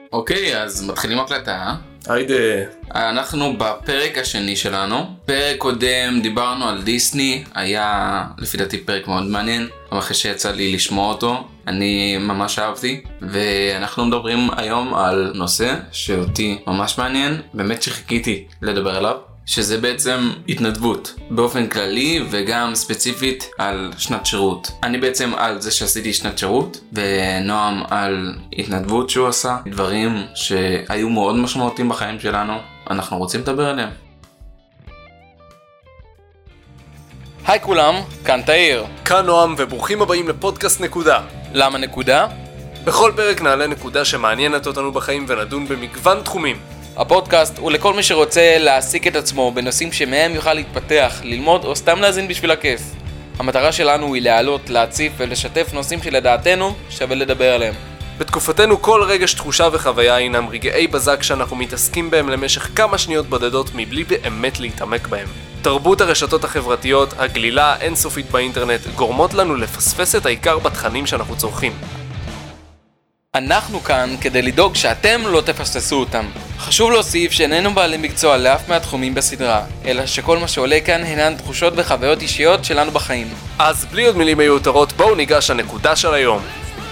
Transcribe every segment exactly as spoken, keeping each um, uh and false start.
אוקיי, אז מתחילים הקלטה. היידה. אנחנו בפרק השני שלנו. פרק קודם דיברנו על דיסני, היה לפי דעתי פרק מאוד מעניין, אבל אחרי שיצא לי לשמוע אותו, אני ממש אהבתי. ואנחנו מדברים היום על נושא שאותי ממש מעניין, באמת שחיכיתי לדבר עליו, שזה בעצם התנדבות באופן כללי וגם ספציפית על שנת שירות. אני בעצם על זה שעשיתי שנת שירות, ונועם על התנדבות שהוא עשה, דברים שהיו מאוד משמעותיים בחיים שלנו, אנחנו רוצים לדבר עליהם. היי כולם, כאן תאיר. כאן נועם וברוכים הבאים לפודקאסט נקודה. למה נקודה? בכל פרק נעלה נקודה שמעניינת אותנו בחיים ונדון במגוון תחומים. הפודקאסט הוא לכל מי שרוצה להעסיק את עצמו בנושאים שמהם יוכל להתפתח, ללמוד או סתם להזין בשביל הכיף. המטרה שלנו היא להעלות, להציף ולשתף נושאים שלדעתנו שווה לדבר עליהם. בתקופתנו כל רגש תחושה וחוויה הינם רגעי בזק שאנחנו מתעסקים בהם למשך כמה שניות בודדות מבלי באמת להתעמק בהם. תרבות הרשתות החברתיות, הגלילה האינסופית באינטרנט, גורמות לנו לפספס את העיקר בתכנים שאנחנו צורכים. אנחנו כאן כדי לדאוג שאתם לא תפספסו אותם. חשוב להוסיף שאיננו בעלי מקצוע לאף מהתחומים בסדרה, אלא שכל מה שעולה כאן הינן תחושות וחוויות אישיות שלנו בחיים. אז בלי עוד מילים מיותרות, בואו ניגש לנקודה של היום.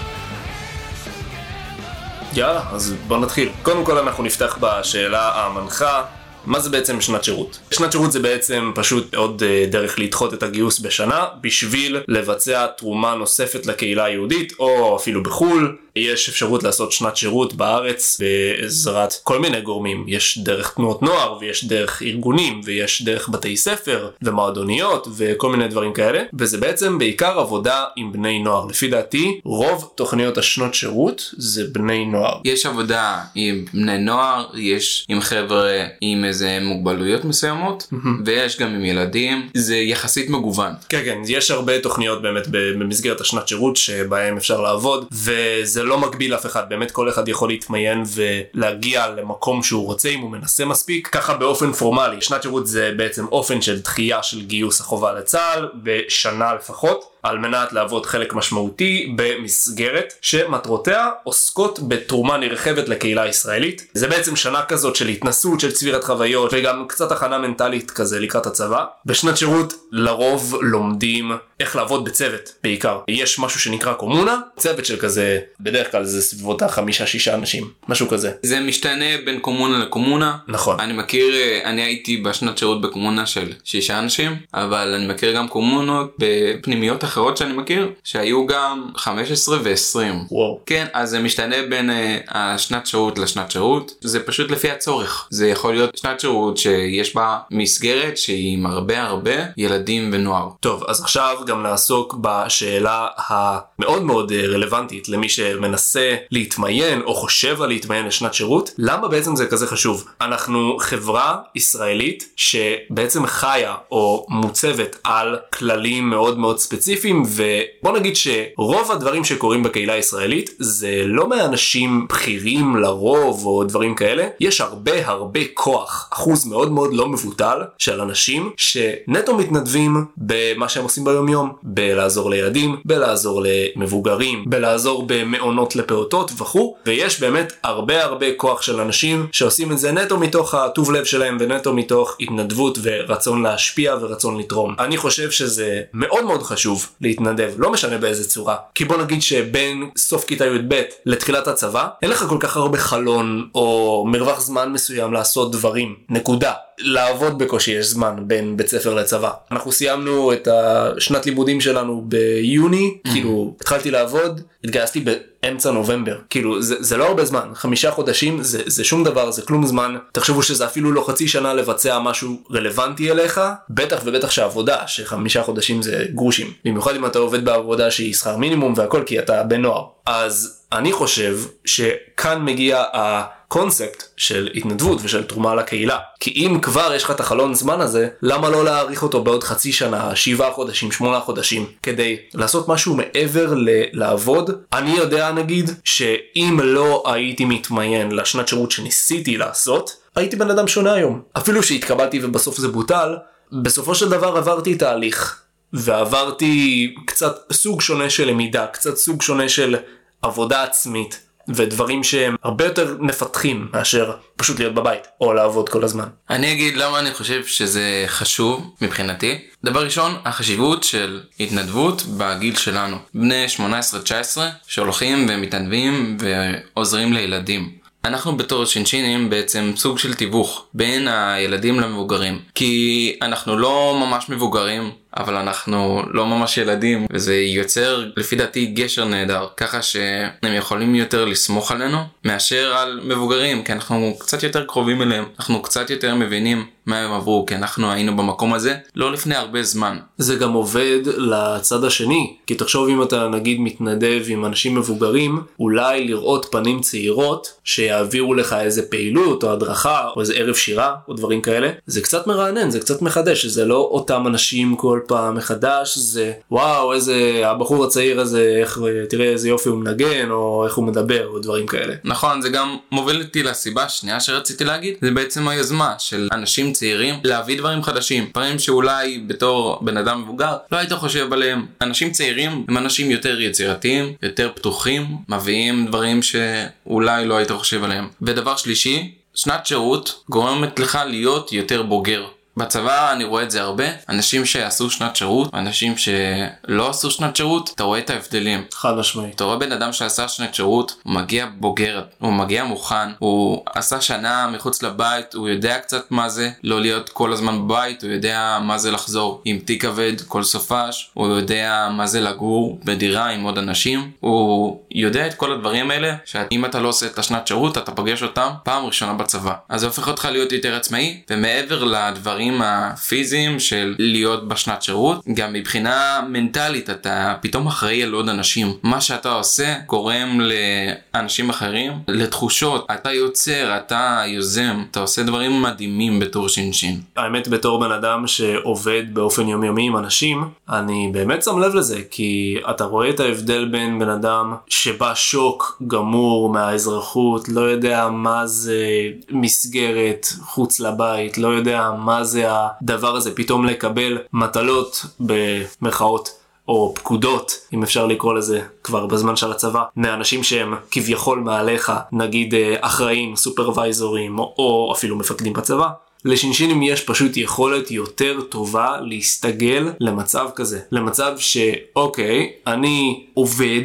יאללה, אז בואו נתחיל. קודם כל אנחנו נפתח בשאלה המנחה, מה זה בעצם שנת שירות? שנת שירות זה בעצם פשוט עוד דרך לדחות את הגיוס בשנה בשביל לבצע תרומה נוספת לקהילה היהודית או אפילו בחול. יש אפשרות לעשות שנת שירות בארץ בעזרת כל מיני גורמים. יש דרך תנועות נוער ויש דרך ארגונים ויש דרך בתי ספר ומועדוניות וכל מיני דברים כאלה, וזה בעצם בעיקר עבודה עם בני נוער. לפי דעתי רוב תוכניות השנות שירות זה בני נוער. יש עבודה עם בני נוער, יש עם חבר'ה עם איזה מוגבלויות מסוימות, ויש גם עם ילדים. זה יחסית מגוון. כן כן, יש הרבה תוכניות באמת במסגרת השנת שירות שבהם אפשר לעבוד, וזה לא מגביל אף אחד. באמת כל אחד יכול להתמיין ולהגיע למקום שהוא רוצה אם הוא מנסה מספיק. ככה באופן פורמלי שנת שירות זה בעצם אופן של דחייה של גיוס החובה לצה"ל בשנה לפחות, על מנת לעבוד חלק משמעותי במסגרת שמטרותיה עוסקות בתרומה נרחבת לקהילה הישראלית. זה בעצם שנה כזאת של התנסות, של צבירת חוויות וגם קצת הכנה מנטלית כזה לקראת הצבא. בשנת שירות לרוב לומדים איך לעבוד בצוות בעיקר. יש משהו שנקרא קומונה, צוות של כזה, בדרך כלל זה סביבות החמישה שישה אנשים, משהו כזה. זה משתנה בין קומונה לקומונה. נכון. אני מכיר, אני הייתי בשנת שירות בקומונה של שישה אנשים, אבל אני מכיר גם קומונות בפנימיות אחרות שאני מכיר, שהיו גם חמש עשרה ו-עשרים. וואו. כן, אז זה משתנה בין uh, השנת שירות לשנת שירות. זה פשוט לפי הצורך. זה יכול להיות שנת שירות שיש בה מסגרת שהיא עם הרבה הרבה ילדים ונוער. טוב, אז עכשיו גם נעסוק בשאלה המאוד מאוד רלוונטית למי שמנסה להתמיין או חושב על להתמיין לשנת שירות. למה בעצם זה כזה חשוב? אנחנו חברה ישראלית שבעצם חיה או מוצבת על כללים מאוד מאוד ספציפיים, ובוא נגיד שרוב הדברים שקורים בקהילה הישראלית זה לא מאנשים בכירים לרוב או דברים כאלה. יש הרבה הרבה כוח, אחוז מאוד מאוד לא מבוטל של אנשים שנטו מתנדבים במה שהם עושים ביום יום, בלעזור לילדים, בלעזור למבוגרים, בלעזור במעונות לפעוטות וכו'. ויש באמת הרבה הרבה כוח של אנשים שעושים את זה נטו מתוך הטוב לב שלהם ונטו מתוך התנדבות ורצון להשפיע ורצון לתרום. אני חושב שזה מאוד מאוד חשוב להתנדב, לא משנה באיזה צורה. כי בוא נגיד שבין סוף כיתה י' ב' לתחילת הצבא אין לך כל כך הרבה חלון או מרווח זמן מסוים לעשות דברים, נקודה. לעבוד בקושי יש זמן בין בית ספר לצבא. אנחנו סיימנו את השנת לימודים שלנו ביוני, כאילו התחלתי לעבוד, התגייסתי באמצע נובמבר. כאילו זה, זה לא הרבה זמן, חמישה חודשים זה, זה שום דבר, זה כלום זמן. תחשבו שזה אפילו לא חצי שנה לבצע משהו רלוונטי אליך, בטח ובטח שהעבודה שחמישה חודשים זה גרושים, במיוחד אם אתה עובד בעבודה שהיא שכר מינימום והכל, כי אתה בן נוער. אז אני חושב שכאן מגיע הקונספט של התנדבות ושל תרומה לקהילה. כי אם כבר יש לך את החלון זמן הזה, למה לא להאריך אותו בעוד חצי שנה, שבעה חודשים, שמונה חודשים, כדי לעשות משהו מעבר ל- לעבוד? אני יודע נגיד שאם לא הייתי מתמיין לשנת שירות שניסיתי לעשות, הייתי בן אדם שונה היום. אפילו שהתקבלתי ובסוף זה בוטל, בסופו של דבר עברתי תהליך, ועברתי קצת סוג שונה של למידה, קצת סוג שונה של עבודה עצמית, ודברים שהם הרבה יותר מפתחים מאשר פשוט להיות בבית או לעבוד כל הזמן. אני אגיד למה אני חושב שזה חשוב מבחינתי. דבר ראשון, החשיבות של התנדבות בגיל שלנו. בני שמונה עשרה תשע עשרה שהולכים ומתנדבים ועוזרים לילדים. אנחנו בתור שינשינים בעצם סוג של תיווך בין הילדים למבוגרים. כי אנחנו לא ממש מבוגרים, אבל אנחנו לא ממש ילדים, וזה יוצר לפי דעתי גשר נהדר, ככה שהם יכולים יותר לסמוך עלינו מאשר על מבוגרים, כי אנחנו קצת יותר קרובים אליהם, אנחנו קצת יותר מבינים מה הם עברו, כי אנחנו היינו במקום הזה לא לפני הרבה זמן. זה גם עובד לצד השני, כי תחשוב אם אתה נגיד מתנדב עם אנשים מבוגרים, אולי לראות פנים צעירות שיעבירו לך איזה פעילות או הדרכה או איזה ערב שירה או דברים כאלה, זה קצת מרענן, זה קצת מחדש, זה לא אותם אנשים כל פעם מחדש, זה וואו איזה הבחור הצעיר הזה, איך, תראה איזה יופי הוא מנגן או איך הוא מדבר או דברים כאלה. נכון, זה גם מוביל אותי לסיבה שנייה שרציתי להגיד, זה בעצם היוזמה של אנשים צעירים להביא דברים חדשים, דברים שאולי בתור בן אדם מבוגר לא היית חושב עליהם. אנשים צעירים הם אנשים יותר יצירתיים, יותר פתוחים, מביאים דברים שאולי לא היית חושב עליהם. ודבר שלישי, שנת שירות גורמת לך להיות יותר בוגר. בצבא אני רואה את זה הרבה, אנשים שעשו שנת שירות, אנשים שלא עשו שנת שירות, אתה רואה את ההבדלים. חד משמעית. אתה רואה בן אדם שעשה שנת שירות, הוא מגיע בוגר, הוא מגיע מוכן, הוא עשה שנה מחוץ לבית, הוא יודע קצת מה זה לא להיות כל הזמן בבית, הוא יודע מה זה לחזור עם תיק כבד כל סופש, הוא יודע מה זה לגור בדירה עם עוד אנשים, הוא יודע את כל הדברים האלה, שאם אתה לא עושה את השנת שירות, אתה פוגש אותם פעם ראשונה בצבא. אז זה הופך אותך להיות יותר עצמאי, ומעבר לדברים הפיזיים של להיות בשנת שירות, גם מבחינה מנטלית אתה פתאום אחראי על עוד אנשים. מה שאתה עושה גורם לאנשים אחרים לתחושות, אתה יוצר, אתה יוזם, אתה עושה דברים מדהימים בתור שינשין. האמת בתור בן אדם שעובד באופן יומיומי עם אנשים, אני באמת שם לב לזה, כי אתה רואה את ההבדל בין בן אדם שבא שוק גמור מהאזרחות, לא יודע מה זה מסגרת חוץ לבית, לא יודע מה זה הדבר הזה, פתאום לקבל מטלות במרכאות או פקודות, אם אפשר לקרוא לזה כבר בזמן של הצבא, מאנשים שהם כביכול מעליך, נגיד אחראים, סופרוויזורים או אפילו מפקדים בצבא. לשינשינים יש פשוט יכולת יותר טובה להסתגל למצב כזה, למצב שאוקיי, אני עובד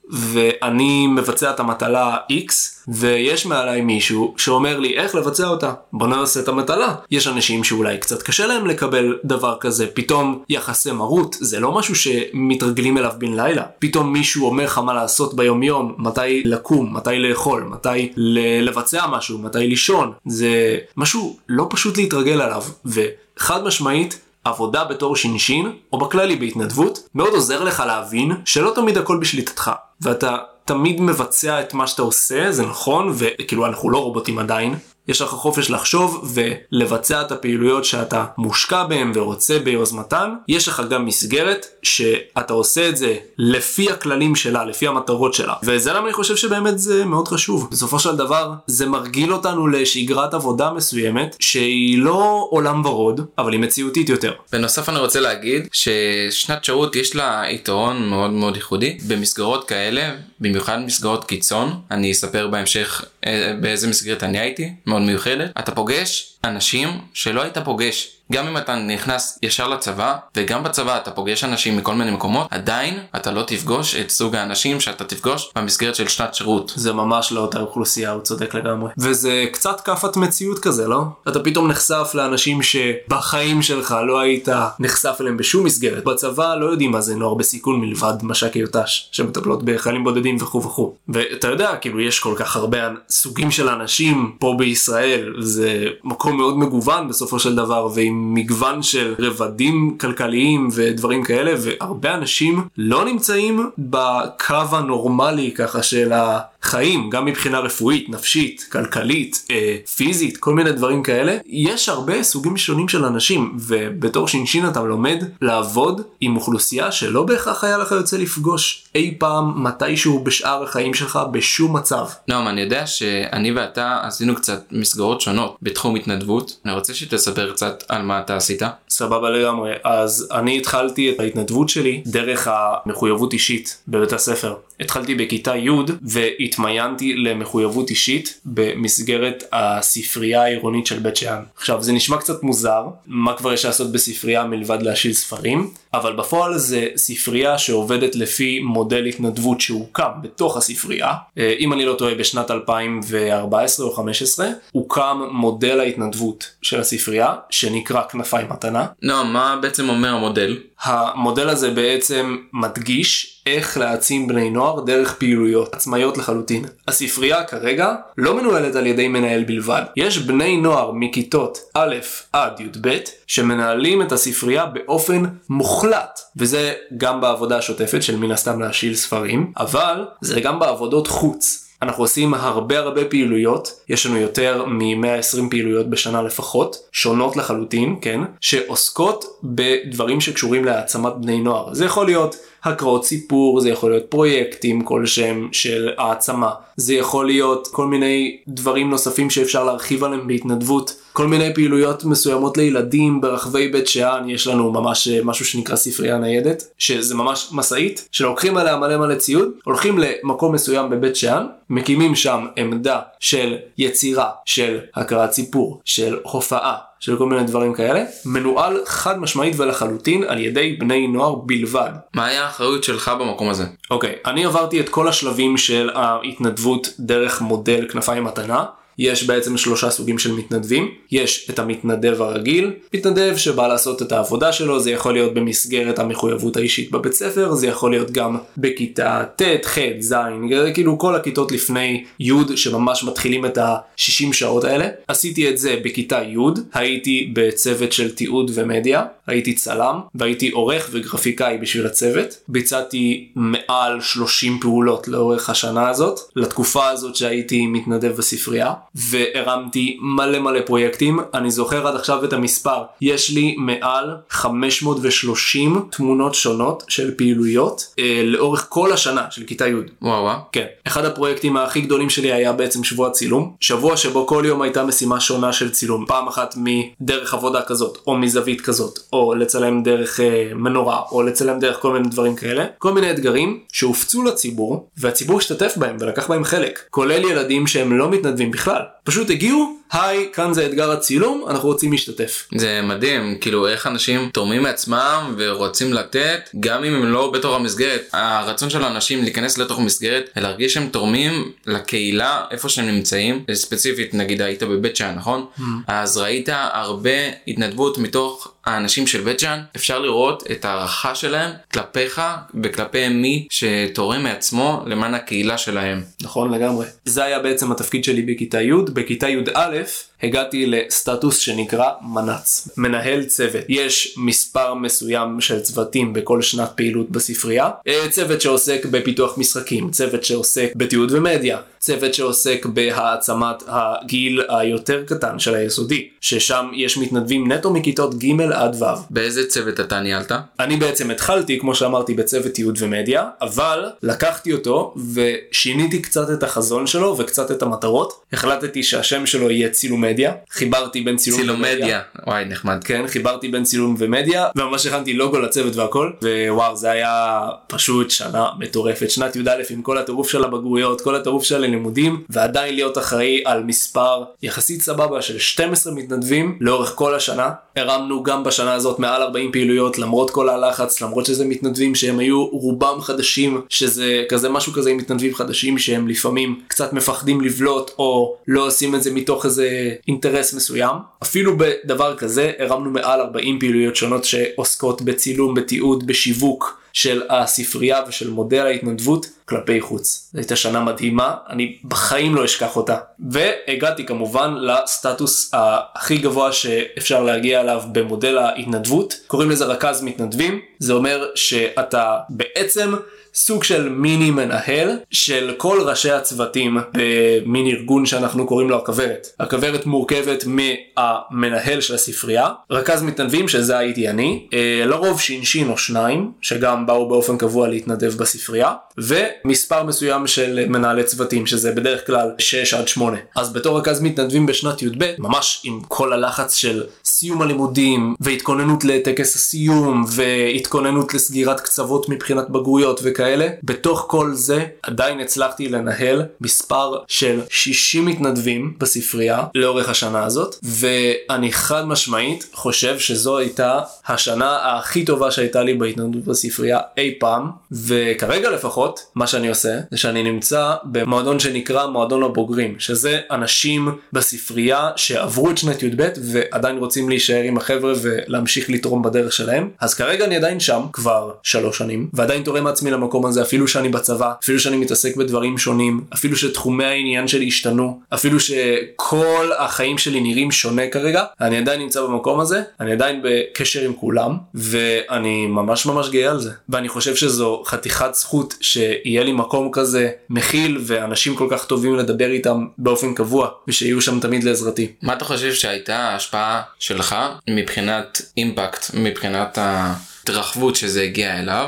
ואני מבצע את המטלה X, ויש מעליי מישהו שאומר לי איך לבצע אותה. בוא נעשה את המטלה. יש אנשים שאולי קצת קשה להם לקבל דבר כזה, פתאום יחסי מרות, זה לא משהו שמתרגלים אליו בן לילה. פתאום מישהו אומר לך מה לעשות ביום יום, מתי לקום, מתי לאכול, מתי לבצע משהו, מתי לישון. זה משהו לא פשוט להתרגל עליו, וחד משמעית, עבודה בתור שינשין, או בכללי בהתנדבות, מאוד עוזר לך להבין שלא תמיד הכל בשליטתך. ואתה תמיד מבצע את מה שאתה עושה, זה נכון, וכאילו אנחנו לא רובוטים עדיין. יש לך חופש לחשוב ולבצע את הפעילויות שאתה מושקע בהם ורוצה ביוזמתן. יש לך גם מסגרת שאתה עושה את זה לפי הכללים שלה, לפי המטרות שלה. וזה למה אני חושב שבאמת זה מאוד חשוב. בסופו של דבר זה מרגיל אותנו לשגרת עבודה מסוימת שהיא לא עולם ורוד, אבל היא מציאותית יותר. בנוסף אני רוצה להגיד ששנת שירות יש לה יתרון מאוד מאוד ייחודי. במסגרות כאלה, במיוחד מסגרות קיצון, אני אספר בהמשך באיזה מסגרת אני הייתי, מאוד מיוחדת. אתה פוגש אנשים שלא היית פוגש. גם אם אתה נכנס ישר לצבא, וגם בצבא אתה פוגש אנשים מכל מיני מקומות, עדיין אתה לא תפגוש את סוג האנשים שאתה תפגוש במסגרת של שנת שירות. זה ממש לא אותה אוכלוסייה, הוא צודק לגמרי. וזה קצת קפת מציאות כזה, לא? אתה פתאום נחשף לאנשים שבחיים שלך לא היית נחשף אליהם בשום מסגרת. בצבא לא יודעים מה זה נוער בסיכון מלבד מש"קי יוט"ש, שמטפלות בחיילים בודדים וכו' וכו'. ואתה יודע, כאילו יש כל כך הרבה סוגים של אנשים פה בישראל, זה מקום מאוד מגוון בסופו של דבר, ועם מגוון של רבדים כלכליים ודברים כאלה, והרבה אנשים לא נמצאים בקו הנורמלי ככה של החיים, גם מבחינה רפואית, נפשית, כלכלית, אה, פיזית, כל מיני דברים כאלה. יש הרבה סוגים שונים של אנשים, ובתור שינשין אתה לומד לעבוד עם אוכלוסייה שלא בהכרח היה לך יוצא לפגוש אי פעם מתישהו בשאר החיים שלך בשום מצב. נועם, אני יודע שאני ואתה עשינו קצת מסגרות שונות בתחום התנדבות. אני רוצה שתספר קצת על מה אתה עשית. סבבה לגמרי. אז אני התחלתי את ההתנדבות שלי דרך המחויבות אישית בבית הספר. התחלתי בכיתה י' התמיינתי למחויבות אישית במסגרת הספרייה העירונית של בית שאן. עכשיו זה נשמע קצת מוזר, מה כבר יש לעשות בספרייה מלבד להשיל ספרים, אבל בפועל זה ספרייה שעובדת לפי מודל התנדבות שהוקם בתוך הספרייה. אם אני לא טועה בשנת אלפיים וארבע עשרה או חמש עשרה הוקם מודל ההתנדבות של הספרייה שנקרא כנפיים מתנה. לא, מה בעצם אומר המודל? המודל הזה בעצם מדגיש איך להעצים בני נוער דרך פעילויות עצמאיות לחלוטין. הספרייה כרגע לא מנוהלת על ידי מנהל בלבד. יש בני נוער מכיתות א' עד י"ב שמנהלים את הספרייה באופן מוחלט. וזה גם בעבודה השוטפת של מן הסתם להשיל ספרים, אבל זה גם בעבודות חוץ. אנחנו עושים הרבה הרבה פעילויות, יש לנו יותר מ-מאה ועשרים פעילויות בשנה לפחות, שונות לחלוטין, כן, שעוסקות בדברים שקשורים להעצמת בני נוער. זה יכול להיות הקראות סיפור, זה יכול להיות פרויקטים כלשהם של העצמה, זה יכול להיות כל מיני דברים נוספים שאפשר להרחיב עליהם בהתנדבות, כל מיני פעילויות מסוימות לילדים ברחבי בית שאן. יש לנו ממש משהו שנקרא ספרייה ניידת, שזה ממש מסעית שלוקחים עליה מלא מלא ציוד, הולכים למקום מסוים בבית שאן, מקימים שם עמדה של יצירה, של הקראת סיפור, של הופעה, של כל מיני דברים כאלה, מנוהל חד משמעית ולחלוטין על ידי בני נוער בלבד. מה היה האחריות שלך במקום הזה? אוקיי, אני עברתי את כל השלבים של ההתנדבות דרך מודל כנפיים מתנה. יש בעצם שלושה סוגים של מתנדבים. יש את המתנדב הרגיל, מתנדב שבא לעשות את העבודה שלו, זה יכול להיות במסגרת המחויבות האישית בבית ספר, זה יכול להיות גם בכיתה ט', ח', ז', כאילו כל הכיתות לפני י' שממש מתחילים את ה-שישים שעות האלה. עשיתי את זה בכיתה י', הייתי בצוות של תיעוד ומדיה, הייתי צלם והייתי עורך וגרפיקאי בשביל הצוות. ביצעתי מעל שלושים פעולות לאורך השנה הזאת, לתקופה הזאת שהייתי מתנדב בספרייה. והרמתי מלא מלא פרויקטים. אני זוכר עד עכשיו את המספר, יש לי מעל חמש מאות ושלושים תמונות שונות של פעילויות אה, לאורך כל השנה של כיתה י'. וואו וואו. כן. אחד הפרויקטים הכי גדולים שלי היה בעצם שבוע צילום, שבוע שבו כל יום הייתה משימה שונה של צילום, פעם אחת מדרך עבודה כזאת או מזווית כזאת, או לצלם דרך אה, מנורה, או לצלם דרך כל מיני דברים כאלה, כל מיני אתגרים שהופצו לציבור והציבור השתתף בהם ולקח בהם חלק, כולל ילדים שהם לא מתנדבים בכלל, פשוט הגיעו, היי, כאן זה אתגר הצילום, אנחנו רוצים להשתתף. זה מדהים, כאילו איך אנשים תורמים מעצמם ורוצים לתת, גם אם הם לא בתוך המסגרת. הרצון של האנשים להיכנס לתוך המסגרת, להרגיש שהם תורמים לקהילה איפה שהם נמצאים. ספציפית, נגיד היית בבית שאן, נכון? Mm. אז ראית הרבה התנדבות מתוך האנשים של בית שאן. אפשר לראות את הערכה שלהם כלפיך וכלפי מי שתורם מעצמו למען הקהילה שלהם. נכון לגמרי. זה היה בעצם התפקיד שלי בכיתה י'. בכיתה י"א הגעתי לסטטוס שנקרא מנץ, מנהל צוות. יש מספר מסוים של צוותים בכל שנת פעילות בספרייה. צוות שעוסק בפיתוח משחקים, צוות שעוסק בתיעוד ומדיה, צוות שעוסק בהעצמת הגיל היותר קטן של היסודי, ששם יש מתנדבים נטו מכיתות ג' עד ו'. באיזה צוות אתה ניהלת? אני בעצם התחלתי, כמו שאמרתי, בצוות תיעוד ומדיה, אבל לקחתי אותו ושיניתי קצת את החזון שלו וקצת את המטרות. החלטתי שהשם שלו יהיה צילום מדיה, חיברתי בין צילום, צילום ומדיה. מדיה, וואי נחמד. כן, חיברתי בין צילום ומדיה, וממש הכנתי לוגו לצוות והכל, ווואו, זה היה פשוט שנה מטורפת. שנת י"א עם כל הטירוף של הבגרויות, כל הטירוף של הלימודים, ועדיין להיות אחראי על מספר יחסית סבבה של שנים עשר מתנדבים לאורך כל השנה. הרמנו גם בשנה הזאת מעל ארבעים פעילויות, למרות כל הלחץ, למרות שזה מתנדבים שהם היו רובם חדשים, שזה כזה משהו כזה עם מתנדבים חדשים שהם לפעמים קצת מפחדים לבלוט או לא עושים את זה מתוך איזה אינטרס מסוים. אפילו בדבר כזה הרמנו מעל ארבעים פעילויות שונות שעוסקות בצילום, בתיעוד, בשיווק של הספרייה ושל מודל ההתנדבות כלפי חוץ. זו הייתה שנה מדהימה, אני בחיים לא אשכח אותה. והגעתי כמובן לסטטוס הכי גבוה שאפשר להגיע אליו במודל ההתנדבות. קוראים לזה רכז מתנדבים. זה אומר שאתה בעצם סוג של מיני מנהל של כל ראשי הצוותים במיני ארגון שאנחנו קוראים לו הכוורת. הכוורת מורכבת מהמנהל של הספרייה, רכז מתנדבים שזה הייתי אני, לרוב שינשין או שניים שגם באו באופן קבוע להתנדב בספרייה, מספר מסוים של מנהלי צוותים, שזה בדרך כלל שש עד שמונה. אז בתור רכז מתנדבים בשנת י"ב, ממש עם כל הלחץ של סיום הלימודים, והתכוננות לטקס הסיום, והתכוננות לסגירת קצוות מבחינת בגרויות וכאלה, בתוך כל זה עדיין הצלחתי לנהל מספר של שישים מתנדבים בספרייה לאורך השנה הזאת, ואני חד משמעית חושב שזו הייתה השנה הכי טובה שהייתה לי בהתנדבות בספרייה אי פעם, וכרגע לפחות מה שאני עושה זה שאני נמצא במועדון שנקרא מועדון הבוגרים, שזה אנשים בספרייה שעברו את שנת י"ב ועדיין רוצים להישאר עם החבר'ה ולהמשיך לתרום בדרך שלהם. אז כרגע אני עדיין שם כבר שלוש שנים, ועדיין תורם מעצמי למקום הזה, אפילו שאני בצבא, אפילו שאני מתעסק בדברים שונים, אפילו שתחומי העניין שלי השתנו, אפילו שכל החיים שלי נראים שונה כרגע, אני עדיין נמצא במקום הזה, אני עדיין בקשר עם כולם, ואני ממש ממש גאה על זה. ואני חושב שזו חתיכת זכות שיהיה לי מקום כזה מכיל, ואנשים כל כך טובים לדבר איתם באופן קבוע, ושיהיו שם תמיד לעזרתי. מה אתה חושב שהייתה ההשפעה שלך מבחינת אימפקט, מבחינת ההתרחבות שזה הגיע אליו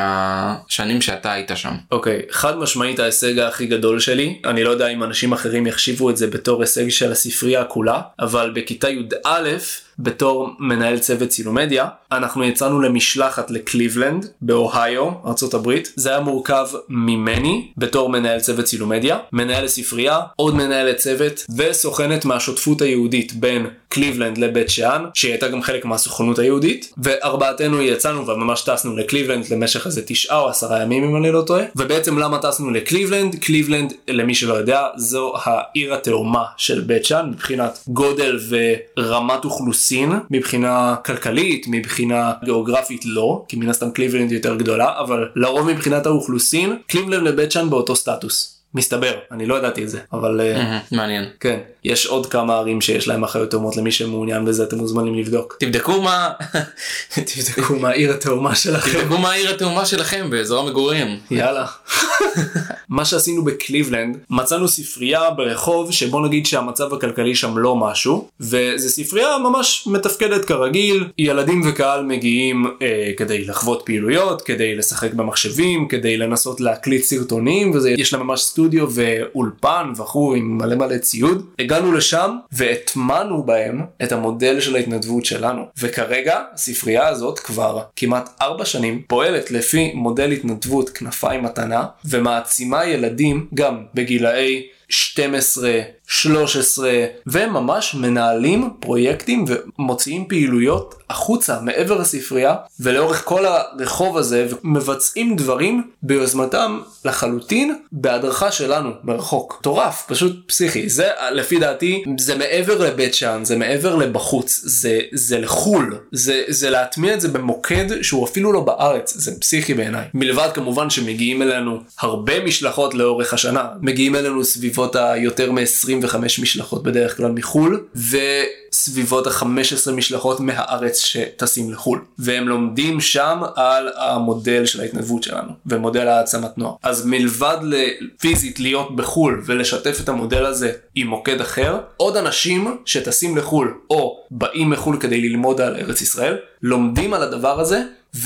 בשנים שאתה היית שם? אוקיי, okay, חד משמעית ההישג הכי גדול שלי, אני לא יודע אם אנשים אחרים יחשיבו את זה בתור הישג של הספרייה כולה, אבל בכיתה י"א בתור מנהל צוות צילומדיה, אנחנו יצאנו למשלחת לקליבלנד באוהיו, ארצות הברית. זה היה מורכב ממני בתור מנהל צוות צילומדיה, מנהל ספרייה, עוד מנהל צוות וסוכנת מהשותפות היהודית בין קליבלנד לבית שאן, שהיא הייתה גם חלק מהסוכנות היהודית, וארבעתנו יצאנו וממש טסנו לקליבלנד למשך איזה תשעה או עשרה ימים אם אני לא טועה. ובעצם למה טסנו לקליבלנד? קליבלנד, למי שלא יודע, זו העיר התאומה של בית שאן מבחינת גודל ורמת אוכלוסין, מבחינה כלכלית, מבחינה גיאוגרפית לא, כי מן הסתם קליבלנד יותר גדולה, אבל לרוב מבחינת האוכלוסין, קליבלנד לבית שאן באותו סטטוס. מסתבר, אני לא ידעתי את זה, אבל מעניין. כן, יש עוד כמה ערים שיש להם אחיות תאומות, למי שמעוניין בזה אתם מוזמנים לבדוק. תבדקו מה תבדקו מה העיר התאומה שלכם. תבדקו מה העיר התאומה שלכם באזור המגורים. יאללה. מה שעשינו בקליבלנד, מצאנו ספרייה ברחוב שבוא נגיד שהמצב הכלכלי שם לא משהו, וזה ספרייה ממש מתפקדת כרגיל, ילדים וקהל מגיעים אה, כדי לחוות פעילויות, כדי לשחק במחשבים, כדי לנסות להקליט סרטונים, וזה יש להם ממש סטודיו ואולפן וכו' עם מלא מלא ציוד. הגענו לשם והטמנו בהם את המודל של ההתנדבות שלנו, וכרגע הספרייה הזאת כבר כמעט ארבע שנים פועלת לפי מודל התנדבות כנפיים מתנה, ומעצימה ילדים גם בגילאי שתים עשרה, שלוש עשרה, וממש מנהלים פרויקטים ומוציאים פעילויות החוצה מעבר לספרייה ולאורך כל הרחוב הזה, ומבצעים דברים ביוזמתם לחלוטין בהדרכה שלנו מרחוק. טורף, פשוט פסיכי. זה לפי דעתי, זה מעבר לבית שאן, זה מעבר לבחוץ, זה, זה לחול, זה, זה להטמיע את זה במוקד שהוא אפילו לא בארץ, זה פסיכי בעיניי. מלבד כמובן שמגיעים אלינו הרבה משלחות לאורך השנה, מגיעים אלינו סביבות היותר מ-עשרים וחמש משלחות בדרך כלל מחול, וסביבות ה-חמש עשרה משלחות מהארץ שטסים לחול, והם לומדים שם על המודל של ההתנדבות שלנו ומודל העצמת נוער. אז מלבד לפיזית להיות בחול ולשתף את המודל הזה עם מוקד אחר, עוד אנשים שטסים לחול או באים מחול כדי ללמוד על ארץ ישראל לומדים על הדבר הזה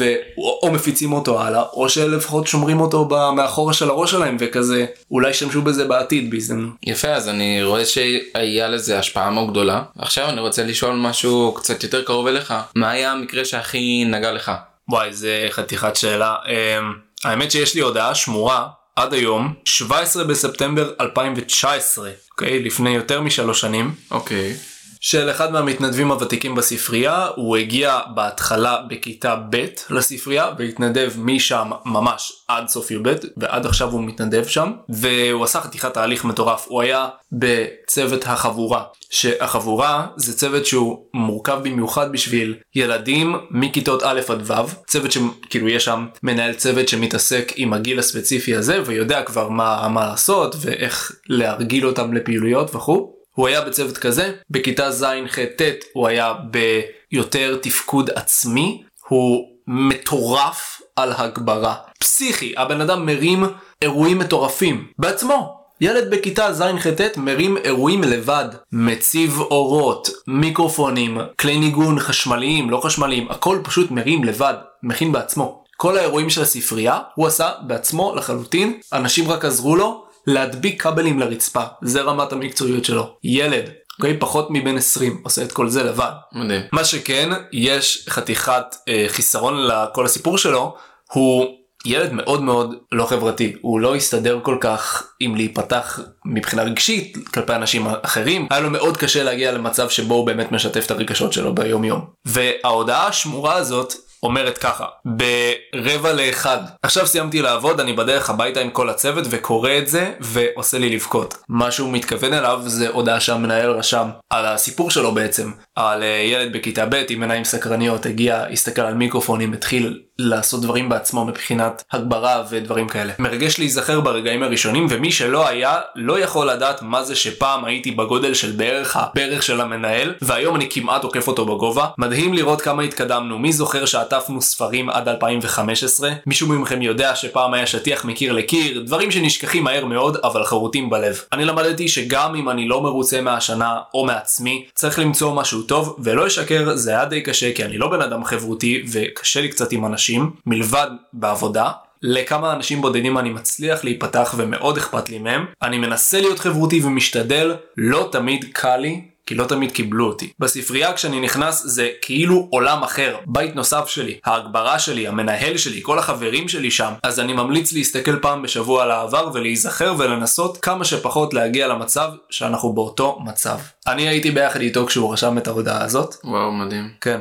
ואו מפיצים אותו הלאה, או שלפחות שומרים אותו מאחורה של הראש שלהם, וכזה אולי שמשו בזה בעתיד בהזדמנות. יפה, אז אני רואה שהיה לזה השפעה מאוד גדולה. עכשיו אני רוצה לשאול משהו קצת יותר קרוב אליך. מה היה המקרה שהכי נגע לך? וואי, זה חתיכת שאלה. האמת שיש לי הודעה שמורה עד היום, שבעה עשר בספטמבר אלפיים תשע עשרה, אוקיי? לפני יותר משלוש שנים. אוקיי. של אחד מהמתנדבים הוותיקים בספרייה. הוא הגיע בהתחלה בכיתה ב' לספרייה והתנדב משם ממש עד סוף י"ב, ועד עכשיו הוא מתנדב שם, והוא עשה חתיכת תהליך מטורף. הוא היה בצוות החבורה, שהחבורה זה צוות שהוא מורכב במיוחד בשביל ילדים מכיתות א' עד ו', צוות שכאילו יש שם מנהל צוות שמתעסק עם הגיל הספציפי הזה ויודע כבר מה, מה לעשות ואיך להרגיל אותם לפעילויות וכו'. הוא היה בצוות כזה. בכיתה ז' ח' ט' הוא היה ביותר תפקוד עצמי. הוא מטורף על הגברה. פסיכי. הבן אדם מרים אירועים מטורפים בעצמו. ילד בכיתה ז' ח' ט' מרים אירועים לבד. מציב אורות, מיקרופונים, כלי ניגון חשמליים, לא חשמליים, הכל פשוט מרים לבד. מכין בעצמו. כל האירועים של הספרייה הוא עשה בעצמו לחלוטין, אנשים רק עזרו לו להדביק כבלים לרצפה, זה רמת המקצועיות שלו. ילד, אוקיי, פחות מבין עשרים עושה את כל זה לבד. מדהים. מה שכן, יש חתיכת אה, חיסרון לכל הסיפור שלו, הוא ילד מאוד מאוד לא חברתי, הוא לא הסתדר כל כך עם להיפתח מבחינה רגשית כלפי אנשים אחרים, היה לו מאוד קשה להגיע למצב שבו הוא באמת משתף את הרגשות שלו ביום יום. וההודעה השמורה הזאת אומרת ככה, ברבע לאחד, עכשיו סיימתי לעבוד, אני בדרך הביתה עם כל הצוות וקורא את זה ועושה לי לבכות. מה שהוא מתכוון אליו זה הודעה שהמנהל רשם על הסיפור שלו בעצם, על ילד בכיתה ב' עם עיניים סקרניות, הגיע, הסתכל על מיקרופונים, התחיל לעשות דברים בעצמו מבחינת הגברה ודברים כאלה. מרגש להיזכר ברגעים הראשונים, ומי שלא היה לא יכול לדעת מה זה שפעם הייתי בגודל של בערך הברך של המנהל והיום אני כמעט עוקף אותו בגובה. מדהים לראות כמה התקדמנו, מי זוכר שעטפנו ספרים עד אלפיים וחמש עשרה? מישהו מכם יודע שפעם היה שטיח מקיר לקיר, דברים שנשכחים מהר מאוד אבל חרוטים בלב. אני למדתי שגם אם אני לא מרוצה מהשנה או מעצמי, צריך למצוא משהו טוב, ולא אשקר, זה היה די קשה כי אני לא בן אדם חברותי וקשה לי קצת עם אנשים מלבד בעבודה. לכמה אנשים בודדים אני מצליח להיפתח ומאוד אכפת לי מהם. אני מנסה להיות חברותי ומשתדל, לא תמיד קל לי, כי לא תמיד קיבלו אותי. בספרייה כשאני נכנס זה כאילו עולם אחר, בית נוסף שלי, ההגברה שלי, המנהל שלי, כל החברים שלי שם. אז אני ממליץ להסתכל פעם בשבוע על העבר ולהיזכר ולנסות כמה שפחות להגיע למצב שאנחנו באותו מצב. אני הייתי ביחד איתו כשהוא רשם את ההודעה הזאת. וואו, מדהים. כן.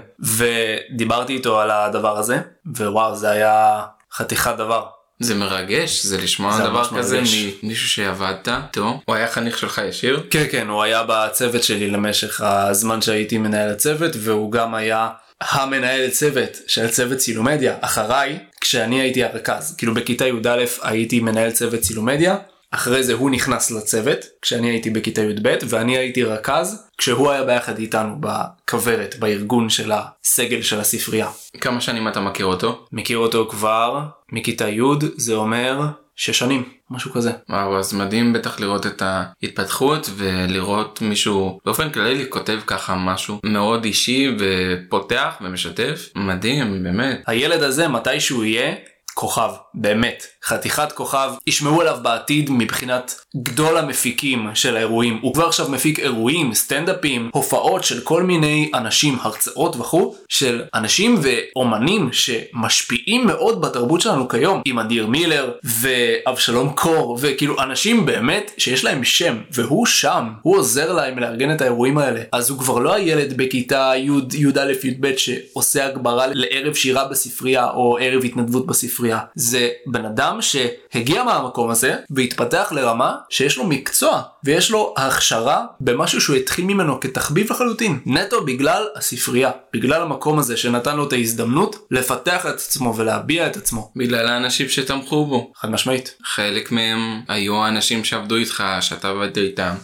ודיברתי איתו על הדבר הזה, ווואו, זה היה חתיכת דבר. זה מרגש, זה לשמוע זה דבר ממש כזה מרגש. ממישהו שעבדת איתו. הוא היה חניך שלך ישיר? כן, כן, הוא היה בצוות שלי למשך הזמן שהייתי מנהל הצוות, והוא גם היה המנהל צוות של צוות צילומדיה אחריי, כשאני הייתי הרכז. כאילו בכיתה י"א הייתי מנהל צוות צילומדיה, אחרי זה הוא נכנס לצוות, כשאני הייתי בכיתה י"ב, ואני הייתי רכז, כשהוא היה ביחד איתנו בכברת, בארגון של הסגל של הספרייה. כמה שנים אתה מכיר אותו? מכיר אותו כבר מכיתה י', זה אומר שש שנים, משהו כזה. וואו, אז מדהים בטח לראות את ההתפתחות ולראות מישהו באופן כללי כותב ככה משהו מאוד אישי ופותח ומשתף. מדהים, באמת. הילד הזה מתי שהוא יהיה כוכב, באמת, חתיכת כוכב, ישמעו עליו בעתיד מבחינת גדול המפיקים של האירועים. הוא כבר עכשיו מפיק אירועים, סטנדאפים, הופעות של כל מיני אנשים, הרצאות וכו', של אנשים ואומנים שמשפיעים מאוד בתרבות שלנו כיום, עם אדיר מילר ואבשלום קור, וכאילו אנשים באמת שיש להם שם, והוא שם, הוא עוזר להם לארגן את האירועים האלה. אז הוא כבר לא הילד בכיתה י' י"א י"ב שעושה הגברה לערב שירה בספרייה או ערב התנדבות בספרייה. זה בן אדם שהגיע מהמקום הזה והתפתח לרמה שיש לו מקצוע ויש לו הכשרה במשהו שהוא התחיל ממנו כתחביב לחלוטין, נטו בגלל הספרייה, בגלל המקום הזה שנתן לו את ההזדמנות לפתח את עצמו ולהביע את עצמו. בגלל האנשים שתמכו בו. חד משמעית. חלק מהם היו האנשים שעבדו איתך, שאתה עבדת איתם,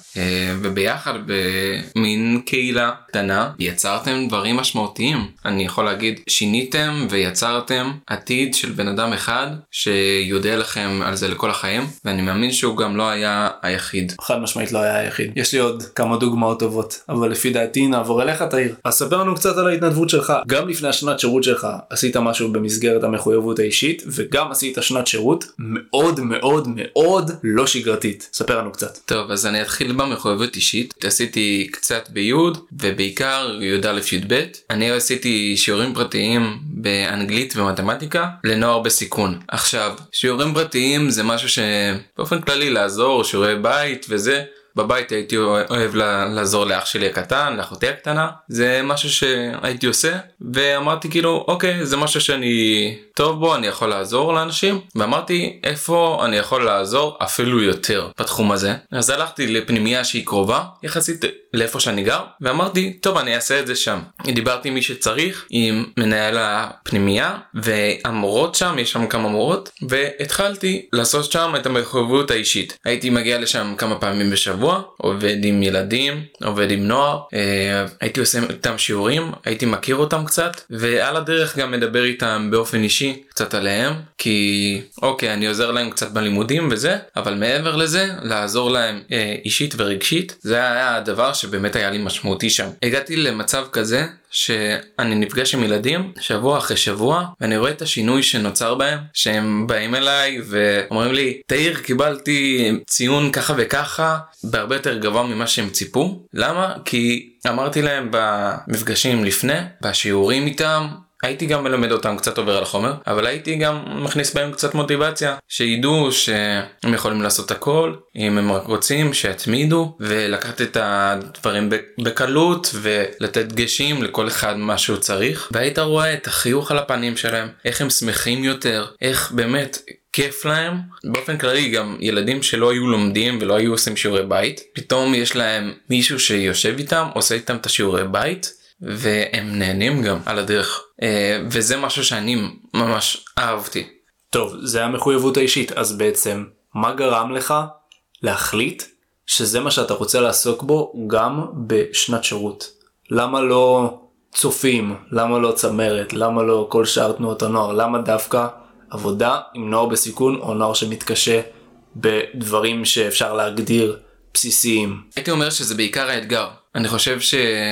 וביחד במין קהילה קטנה יצרתם דברים משמעותיים. אני יכול להגיד, שיניתם ויצרתם עתיד של בן אדם אחד שיודע לכם על זה לכל החיים, ואני מאמין שהוא גם לא היה היחיד. חד משמעית לא היה היחיד. יש לי עוד כמה דוגמאות טובות, אבל לפי דעתי נעבור אליך תאיר. אז ספר לנו קצת על ההתנדבות שלך. גם לפני השנת שירות שלך עשית משהו במסגרת המחויבות האישית, וגם עשית שנת שירות מאוד מאוד מאוד לא שגרתית. ספר לנו קצת. טוב, אז אני אתחיל במחויבות אישית. עשיתי קצת ביוד, ובעיקר י"א י"ב. אני עשיתי שיעורים פרטיים באנגלית ומתמטיקה לנוער בסיכון. עכשיו, שיעורים פרטיים זה משהו שבאופן כללי לעזור, שיעורי בית וזה. בבית הייתי אוהב לעזור לאח שלי הקטן, לאחותי הקטנה. זה משהו שהייתי עושה, ואמרתי כאילו, אוקיי, זה משהו שאני טוב בו, אני יכול לעזור לאנשים. ואמרתי, איפה אני יכול לעזור אפילו יותר בתחום הזה? אז הלכתי לפנימייה שהיא קרובה, יחסית לאיפה שאני גר, ואמרתי, טוב, אני אעשה את זה שם. דיברתי עם מי שצריך, עם מנהל הפנימייה, והמורות שם, יש שם כמה מורות, והתחלתי לעשות שם את המחויבות האישית. הייתי מגיע לשם כמה פעמים בשבוע, עובד עם ילדים, עובד עם נוער, הייתי עושה איתם שיעורים, הייתי מכיר אותם קצת, ועל הדרך גם מדבר איתם באופן אישי, קצת עליהם, כי אוקיי, אני עוזר להם קצת בלימודים וזה, אבל מעבר לזה, לעזור להם אה, אישית ורגשית, זה היה הדבר שבאמת היה לי משמעותי שם. הגעתי למצב כזה, שאני נפגש עם ילדים שבוע אחרי שבוע, ואני רואה את השינוי שנוצר בהם, שהם באים אליי ואומרים לי, תאיר, קיבלתי ציון ככה וככה, בהרבה יותר גבוה ממה שהם ציפו. למה? כי אמרתי להם במפגשים לפני, בשיעורים איתם, הייתי גם מלמד אותם קצת עובר על החומר, אבל הייתי גם מכניס בהם קצת מוטיבציה, שידעו שהם יכולים לעשות הכל, אם הם רק רוצים, שיתמידו, ולקחת את הדברים בקלות, ולתת דגשים לכל אחד מה שהוא צריך. והיית רואה את החיוך על הפנים שלהם, איך הם שמחים יותר, איך באמת כיף להם. באופן כללי גם ילדים שלא היו לומדים ולא היו עושים שיעורי בית, פתאום יש להם מישהו שיושב איתם, עושה איתם את השיעורי בית, והם נהנים גם על הדרך, וזה משהו שאני ממש אהבתי. טוב, זה המחויבות האישית. אז בעצם מה גרם לך להחליט שזה מה שאתה רוצה לעסוק בו גם בשנת שירות? למה לא צופים? למה לא צמרת? למה לא כל שאר תנועות הנוער? למה דווקא עבודה עם נוער בסיכון או נוער שמתקשה בדברים שאפשר להגדיר בסיסיים? הייתי אומר שזה בעיקר האתגר. אני חושב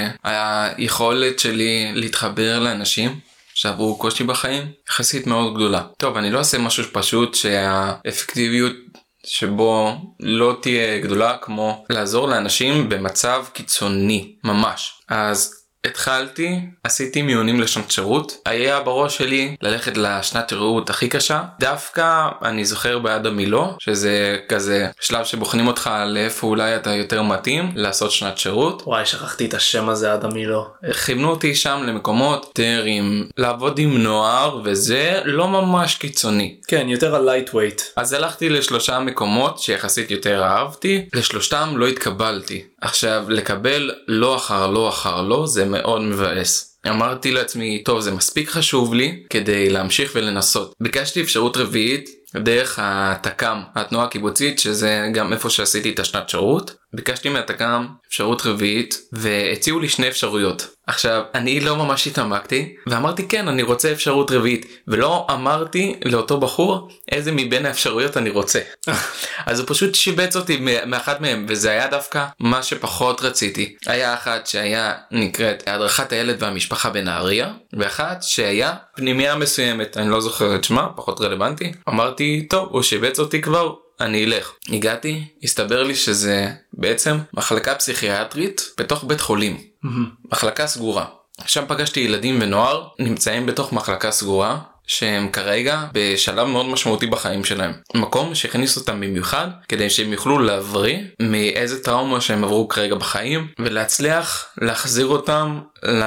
שהיכולת שלי להתחבר לאנשים שעברו קושי בחיים יחסית מאוד גדולה. טוב, אני לא אעשה משהו פשוט שהאפקטיביות שבו לא תהיה גדולה, כמו לעזור לאנשים במצב קיצוני ממש. אז התחלתי, עשיתי מיונים לשנת שירות, היה בראש שלי ללכת לשנת שירות הכי קשה, דווקא אני זוכר בעד המילו, שזה כזה שלב שבוחנים אותך לאיפה אולי אתה יותר מתאים לעשות שנת שירות. וואי, שכחתי את השם הזה, עד המילו. כיוונו אותי שם למקומות יותר עם לעבוד עם נוער, וזה לא ממש קיצוני. כן, יותר על lightweight. אז הלכתי לשלושה מקומות שיחסית יותר אהבתי, לשלושתם לא התקבלתי. עכשיו, לקבל לא אחר לא אחר לא, זה מאוד מבאס. אמרתי לעצמי, טוב, זה מספיק חשוב לי כדי להמשיך ולנסות. ביקשתי אפשרות רביעית דרך התק"ם, התנועה הקיבוצית, שזה גם איפה שעשיתי את השנת שירות. ביקשתי מהתק"ם אפשרות רביעית, והציעו לי שני אפשרויות. עכשיו, אני לא ממש התעמקתי, ואמרתי כן, אני רוצה אפשרות רביעית, ולא אמרתי לאותו בחור איזה מבין האפשרויות אני רוצה. אז הוא פשוט שיבץ אותי מאחת מהם, וזה היה דווקא מה שפחות רציתי. היה אחת שהיה נקראת הדרכת הילד והמשפחה בנהריה, ואחת שהיה פנימיה מסוימת, אני לא זוכר את שמה, פחות רלוונטי. אמרתי, טוב, הוא שיבץ אותי כבר, אני אלך. הגעתי, הסתבר לי שזה בעצם מחלקה פסיכיאטרית בתוך בית חולים. מחלקה סגורה. שם פגשתי ילדים ונוער נמצאים בתוך מחלקה סגורה, שהם כרגע בשלב מאוד משמעותי בחיים שלהם. מקום שהכניס אותם במיוחד כדי שהם יוכלו להבריא מאיזה טראומה שהם עברו כרגע בחיים, ולהצליח להחזיר אותם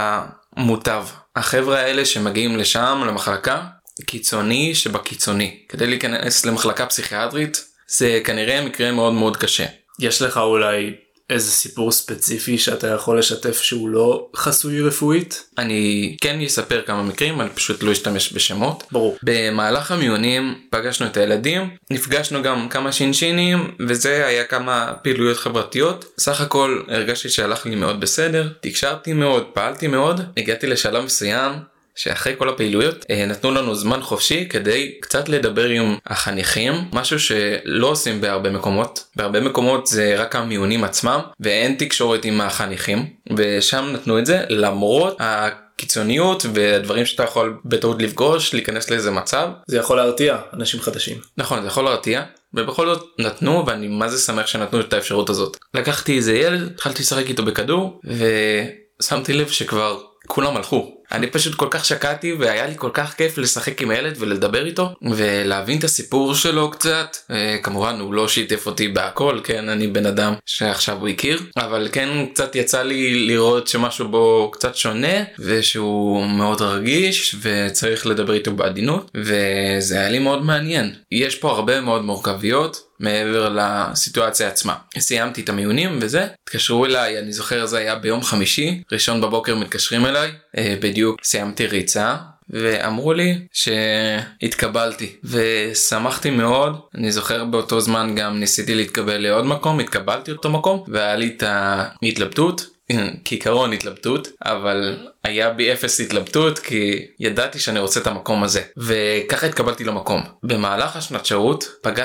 למוטב. החבר'ה האלה שמגיעים לשם, למחלקה, קיצוני שבקיצוני. כדי להיכנס למחלקה פסיכיאטרית, זה כנראה מקרה מאוד מאוד קשה. יש לך אולי איזה סיפור ספציפי שאתה יכול לשתף שהוא לא חסוי רפואית? אני כן אספר כמה מקרים, אני פשוט לא אשתמש בשמות. ברור. במהלך המיונים פגשנו את הילדים, נפגשנו גם כמה שינשינים, וזה היה כמה פעילויות חברתיות. סך הכל הרגשתי שהלך לי מאוד בסדר, תקשרתי מאוד, פעלתי מאוד, הגעתי לשלב מסוים, שאחרי כל הפעילויות נתנו לנו זמן חופשי כדי קצת לדבר עם החניכים, משהו שלא עושים בהרבה מקומות. בהרבה מקומות זה רק המיונים עצמם ואין תקשורת עם החניכים, ושם נתנו את זה למרות הקיצוניות והדברים שאתה יכול בטעות לפגוש, להיכנס לאיזה מצב. זה יכול להרתיע אנשים חדשים. נכון, זה יכול להרתיע, ובכל זאת נתנו, ואני מה זה שמח שנתנו את האפשרות הזאת. לקחתי איזה ילד, התחלתי לשחק איתו בכדור, ושמתי לב שכבר כולם הלכו. אני פשוט כל כך שקעתי, והיה לי כל כך כיף לשחק עם הילד ולדבר איתו ולהבין את הסיפור שלו קצת. כמובן הוא לא שיתף אותי בהכל, כן, אני בן אדם שעכשיו הוא הכיר, אבל כן קצת יצא לי לראות שמשהו בו קצת שונה ושהוא מאוד רגיש וצריך לדבר איתו בעדינות, וזה היה לי מאוד מעניין. יש פה הרבה מאוד מורכביות מעבר לסיטואציה עצמה. סיימתי את המיונים וזה, התקשרו אליי, אני זוכר זה היה ביום חמישי, ראשון בבוקר מתקשרים אליי, בדיוק סיימתי ריצה, ואמרו לי שהתקבלתי, ושמחתי מאוד. אני זוכר באותו זמן גם ניסיתי להתקבל לעוד מקום, התקבלתי אותו מקום, והיה לי את ההתלבטות, כעיקרון התלבטות, אבל היה בי אפס התלבטות כי ידעתי שאני רוצה את המקום הזה, וככה התקבלתי למקום. במהלך השנת שירות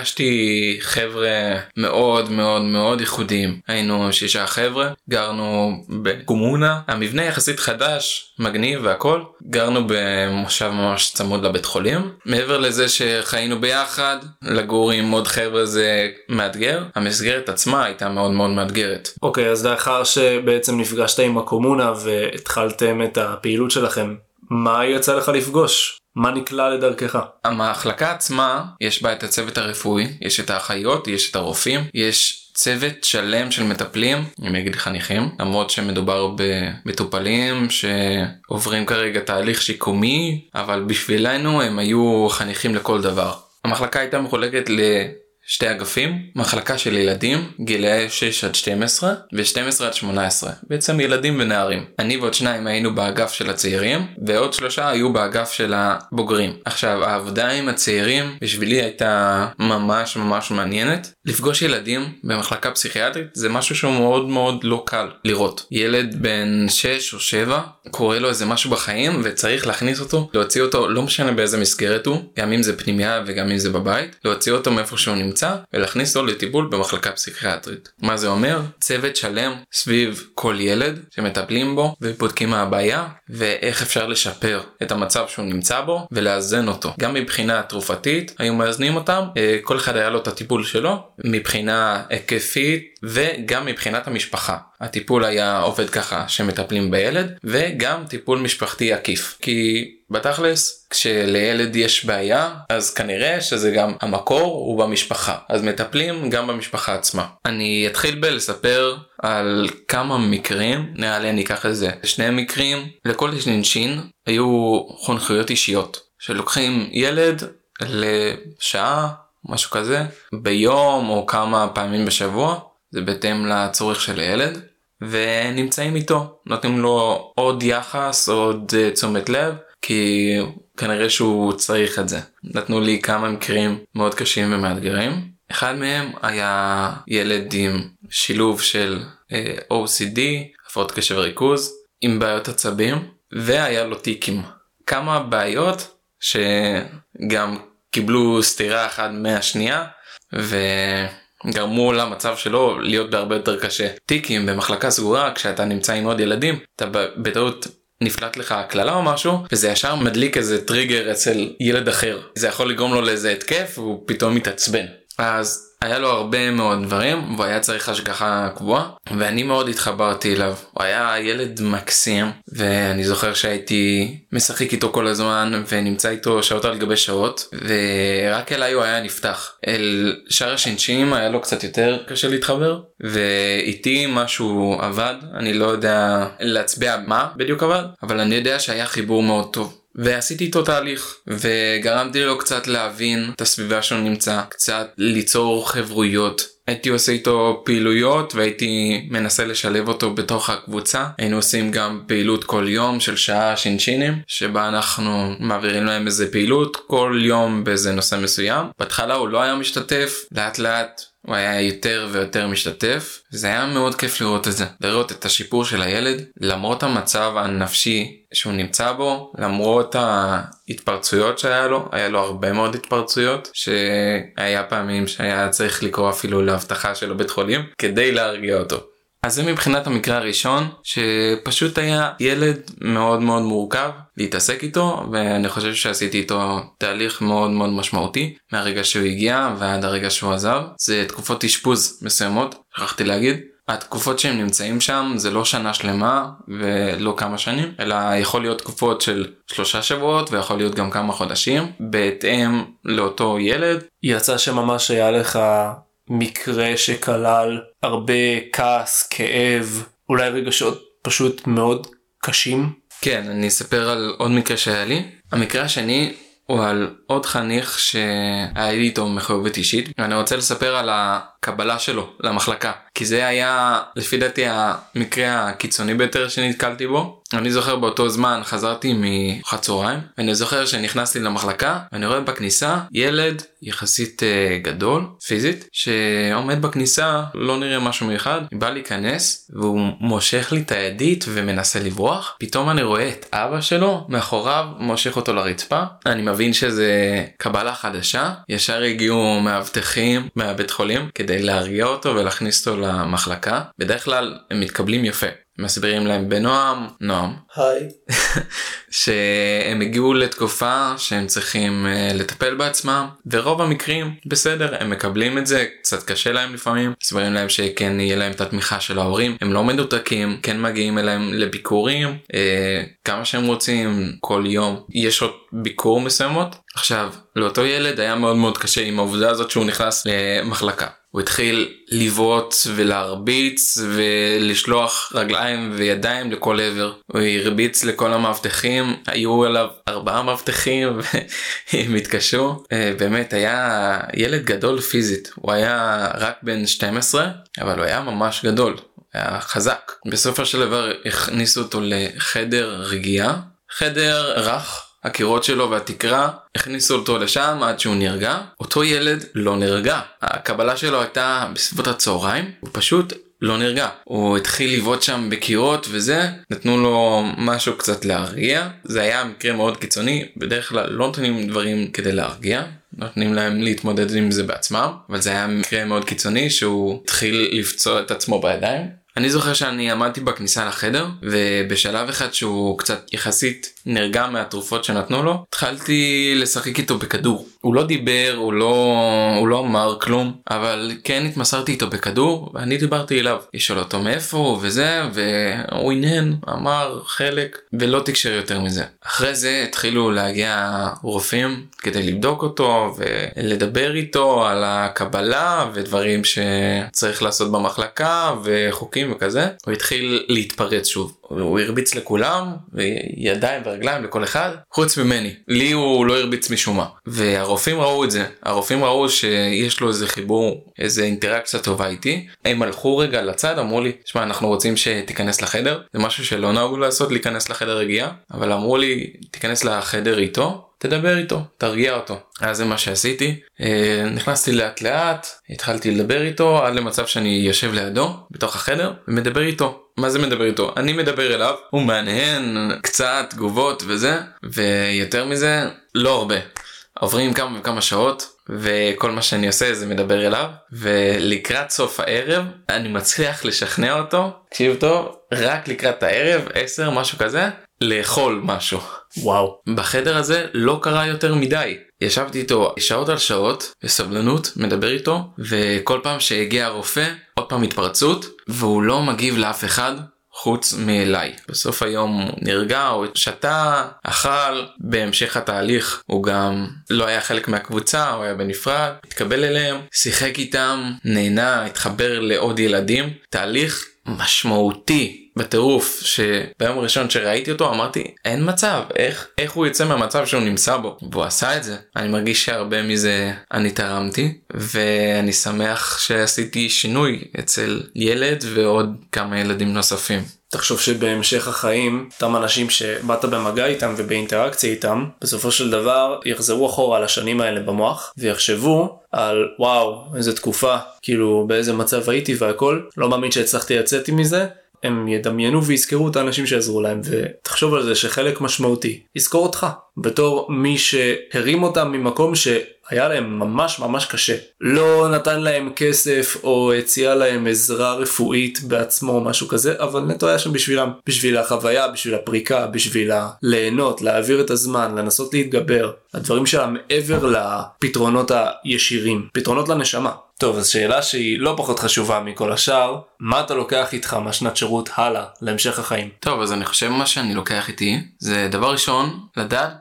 פגשתי חבר'ה מאוד מאוד מאוד ייחודיים. היינו שישה חבר'ה, גרנו בקומונה, המבנה יחסית חדש, מגניב והכל. גרנו במושב ממש צמוד לבית חולים. מעבר לזה שחיינו ביחד, לגור עם עוד חבר'ה זה מאתגר. המסגרת עצמה הייתה מאוד מאוד מאתגרת. אוקיי, אז לאחר שבעצם נפגשת עם הקומונה והתחלתם את הפעילות שלכם, מה יצא לך לפגוש? מה נקלע לדרכך? המחלקה עצמה, יש בה את הצוות הרפואי, יש את האחיות, יש את הרופאים, יש צוות שלם של מטפלים, אני אגיד חניכים, למרות שמדובר במטופלים שעוברים כרגע תהליך שיקומי, אבל בשבילנו הם היו חניכים לכל דבר. המחלקה הייתה מחולקת ל... שתי אגפים, מחלקה של ילדים, גילאי שש עד שתים עשרה ו-שתים עשרה עד שמונה עשרה, בעצם ילדים ונערים. אני ועוד שניים היינו באגף של הצעירים, ועוד שלושה היו באגף של הבוגרים. עכשיו, העבודה עם הצעירים בשבילי הייתה ממש ממש מעניינת. לפגוש ילדים במחלקה פסיכיאטרית זה משהו שהוא מאוד מאוד לא קל לראות. ילד בן שש או שבע, קורה לו איזה משהו בחיים וצריך להכניס אותו, להוציא אותו, לא משנה באיזה מסגרת הוא, גם אם זה פנימיה וגם אם זה בבית, להוציא אותו מאיפה שהוא נמצא ולהכניס אותו לטיפול במחלקה פסיכיאטרית. מה זה אומר? צוות שלם סביב כל ילד שמטפלים בו ובודקים מה הבעיה ואיך אפשר לשפר את המצב שהוא נמצא בו ולאזן אותו. גם מבחינה תרופתית היו מאזנים אותם, כל אחד היה לו את הטיפול שלו, מבחינה היקפית וגם מבחינת המשפחה. הטיפול היה עובד ככה שמטפלים בילד, וגם טיפול משפחתי עקיף. כי בתכלס, כשלילד יש בעיה, אז כנראה שזה גם המקור הוא במשפחה. אז מטפלים גם במשפחה עצמה. אני אתחיל בלספר על כמה מקרים, נראה לי אני אקח את זה. שני מקרים, לכל שינשין היו חונכויות אישיות, שלוקחים ילד לשעה, משהו כזה, ביום או כמה פעמים בשבוע, זה בהתאם לצורך של הילד, ונמצאים איתו, נותנים לו עוד יחס, עוד תשומת לב, כי כנראה שהוא צריך את זה. נתנו לי כמה מקרים מאוד קשים ומאתגרים. אחד מהם היה ילד עם שילוב של או סי די, הפרעות קשב וריכוז, עם בעיות עצבים, והיה לו טיקים. כמה בעיות שגם קיבלו סתירה אחד מהשנייה, ו... גרמו למצב שלו להיות בהרבה יותר קשה. טיקים במחלקה סגורה, כשאתה נמצא עם עוד ילדים, אתה בטעות נפלט לך הקללה או משהו, וזה ישר מדליק איזה טריגר אצל ילד אחר. זה יכול לגרום לו לאיזה התקף, והוא פתאום מתעצבן. אז היה לו הרבה מאוד דברים, והוא היה צריך השגחה קבועה, ואני מאוד התחברתי אליו. הוא היה ילד מקסים, ואני זוכר שהייתי משחק איתו כל הזמן, ונמצא איתו שעות על גבי שעות, ורק אליי הוא היה נפתח. אל שאר השינשינים היה לו קצת יותר קשה להתחבר, ואיתי משהו עבד, אני לא יודע להצביע מה בדיוק עבד, אבל אני יודע שהיה חיבור מאוד טוב. ועשיתי איתו תהליך, וגרמתי לו קצת להבין את הסביבה שהוא נמצא, קצת ליצור חברויות. הייתי עושה איתו פעילויות והייתי מנסה לשלב אותו בתוך הקבוצה. היינו עושים גם פעילות כל יום של שעה שינשינים, שבה אנחנו מעבירים להם איזה פעילות כל יום באיזה נושא מסוים. בהתחלה הוא לא היה משתתף, לאט לאט הוא היה יותר ויותר משתתף, וזה היה מאוד כיף לראות את זה, לראות את השיפור של הילד, למרות המצב הנפשי שהוא נמצא בו, למרות ההתפרצויות שהיה לו, היה לו הרבה מאוד התפרצויות, שהיה פעמים שהיה צריך לקרוא אפילו להבטחה של בית חולים, כדי להרגיע אותו. אז זה מבחינת המקרה הראשון, שפשוט היה ילד מאוד מאוד מורכב להתעסק איתו, ואני חושב שעשיתי איתו תהליך מאוד מאוד משמעותי, מהרגע שהוא הגיע ועד הרגע שהוא עזב. זה תקופות אשפוז מסוימות, שכחתי להגיד. התקופות שהם נמצאים שם זה לא שנה שלמה ולא כמה שנים, אלא יכול להיות תקופות של שלושה שבועות ויכול להיות גם כמה חודשים, בהתאם לאותו ילד. יצא שממש היה לך מקרה שכלל הרבה כעס, כאב, אולי רגשות פשוט מאוד קשים? כן, אני אספר על עוד מקרה שהיה לי. המקרה השני הוא על עוד חניך שהיה לי איתו מחויבות אישית. אני רוצה לספר על הקבלה שלו למחלקה, כי זה היה לפי דעתי המקרה הקיצוני ביותר שנתקלתי בו. אני זוכר באותו זמן חזרתי מארוחת צהריים, ואני זוכר שנכנסתי למחלקה ואני רואה בכניסה ילד יחסית uh, גדול פיזית שעומד בכניסה, לא נראה משהו מיוחד, בא להיכנס והוא מושך לי את הידית ומנסה לברוח. פתאום אני רואה את אבא שלו מאחוריו מושך אותו לרצפה. אני מבין שזה קבלה חדשה, ישר הגיעו מאבטחים מהבית חולים כדי להרגיע אותו ולהכניס אותו למחלקה. בדרך כלל הם מתקבלים יפה, מסבירים להם בנועם, נועם, היי, שהם הגיעו לתקופה שהם צריכים uh, לטפל בעצמם, ורוב המקרים בסדר, הם מקבלים את זה, קצת קשה להם לפעמים, מסבירים להם שכן יהיה להם את התמיכה של ההורים, הם לא מדותקים, כן מגיעים אליהם לביקורים, uh, כמה שהם רוצים, כל יום יש עוד ביקור מסוימות. עכשיו, לאותו ילד היה מאוד מאוד קשה עם העובדה הזאת שהוא נכנס למחלקה. הוא התחיל לבעוט ולהרביץ ולשלוח רגליים וידיים לכל עבר. הוא הרביץ לכל המאבטחים, היו עליו ארבעה מאבטחים והם התקשו. באמת היה ילד גדול פיזית, הוא היה רק בן שתים עשרה, אבל הוא היה ממש גדול, היה חזק. בסופו של דבר הכניסו אותו לחדר רגיעה, חדר רך, הקירות שלו והתקרה, הכניסו אותו לשם עד שהוא נרגע. אותו ילד לא נרגע. הקבלה שלו הייתה בסביבות הצהריים, הוא פשוט לא נרגע. הוא התחיל לבעוט שם בקירות וזה, נתנו לו משהו קצת להרגיע. זה היה מקרה מאוד קיצוני, בדרך כלל לא נותנים דברים כדי להרגיע, נותנים להם להתמודד עם זה בעצמם, אבל זה היה מקרה מאוד קיצוני שהוא התחיל לפצוע את עצמו בידיים. אני זוכר שאני עמדתי בכניסה לחדר, ובשלב אחד שהוא קצת יחסית נרגע מהתרופות שנתנו לו, התחלתי לשחק איתו בכדור. הוא לא דיבר, הוא לא, הוא לא אמר כלום, אבל כן התמסרתי איתו בכדור, ואני דיברתי אליו. לשאול אותו מאיפה הוא וזה, והוא עניין, אמר חלק, ולא תקשר יותר מזה. אחרי זה התחילו להגיע רופאים כדי לבדוק אותו, ולדבר איתו על הקבלה, ודברים שצריך לעשות במחלקה, וחוקים וכזה. הוא התחיל להתפרץ שוב. הוא הרביץ לכולם, וידיים ורגליים לכל אחד, חוץ ממני. לי הוא לא הרביץ משום מה. והרופאים ראו את זה. הרופאים ראו שיש לו איזה חיבור, איזה אינטראקציה טובה איתי. הם הלכו רגע לצד, אמרו לי, שמע, אנחנו רוצים שתיכנס לחדר. זה משהו שלא נהוג לעשות, להיכנס לחדר רגיעה. אבל אמרו לי, תיכנס לחדר איתו, תדבר איתו, תרגיע אותו. אז זה מה שעשיתי. נכנסתי לאט לאט, התחלתי לדבר איתו, עד למצב שאני יושב לידו, בתוך החדר, ומדבר איתו. מה זה מדבר איתו? אני מדבר אליו, הוא מעניין, קצת תגובות וזה, ויותר מזה, לא הרבה. עוברים כמה וכמה שעות, וכל מה שאני עושה זה מדבר אליו, ולקראת סוף הערב, אני מצליח לשכנע אותו, תקשיב טוב, רק לקראת הערב, עשר, משהו כזה, לאכול משהו. וואו. בחדר הזה לא קרה יותר מדי. ישבתי איתו שעות על שעות, בסבלנות, מדבר איתו, וכל פעם שהגיע הרופא, עוד פעם התפרצות, והוא לא מגיב לאף אחד, חוץ מאליי. בסוף היום הוא נרגע, הוא שתה, אכל, בהמשך התהליך הוא גם לא היה חלק מהקבוצה, הוא היה בנפרד, התקבל אליהם, שיחק איתם, נהנה, התחבר לעוד ילדים, תהליך משמעותי בטירוף, שביום הראשון שראיתי אותו אמרתי, אין מצב, איך, איך הוא יצא מהמצב שהוא נמצא בו, והוא עשה את זה. אני מרגיש שהרבה מזה אני תרמתי, ואני שמח שעשיתי שינוי אצל ילד ועוד כמה ילדים נוספים. תחשוב שבהמשך החיים, אותם אנשים שבאת במגע איתם ובאינטראקציה איתם, בסופו של דבר יחזרו אחורה על השנים האלה במוח, ויחשבו על וואו, איזה תקופה, כאילו באיזה מצב הייתי והכל, לא מאמין שהצלחתי לצאת מזה, הם ידמיינו ויזכרו את האנשים שעזרו להם, ותחשוב על זה שחלק משמעותי יזכור אותך בתור מי שהרים אותם ממקום שהיה להם ממש ממש קשה, לא נתן להם כסף או הציע להם עזרה רפואית בעצמו או משהו כזה, אבל נטו היה שם בשבילם, בשביל החוויה, בשביל הפריקה, בשביל ליהנות, להעביר את הזמן, לנסות להתגבר, הדברים שלה מעבר לפתרונות הישירים, פתרונות לנשמה. טוב, אז שאלה שהיא לא פחות חשובה מכל השאר, מה אתה לוקח איתך מהשנת שירות הלאה להמשך החיים? טוב, אז אני חושב מה שאני לוקח איתי זה דבר ראשון, לדעת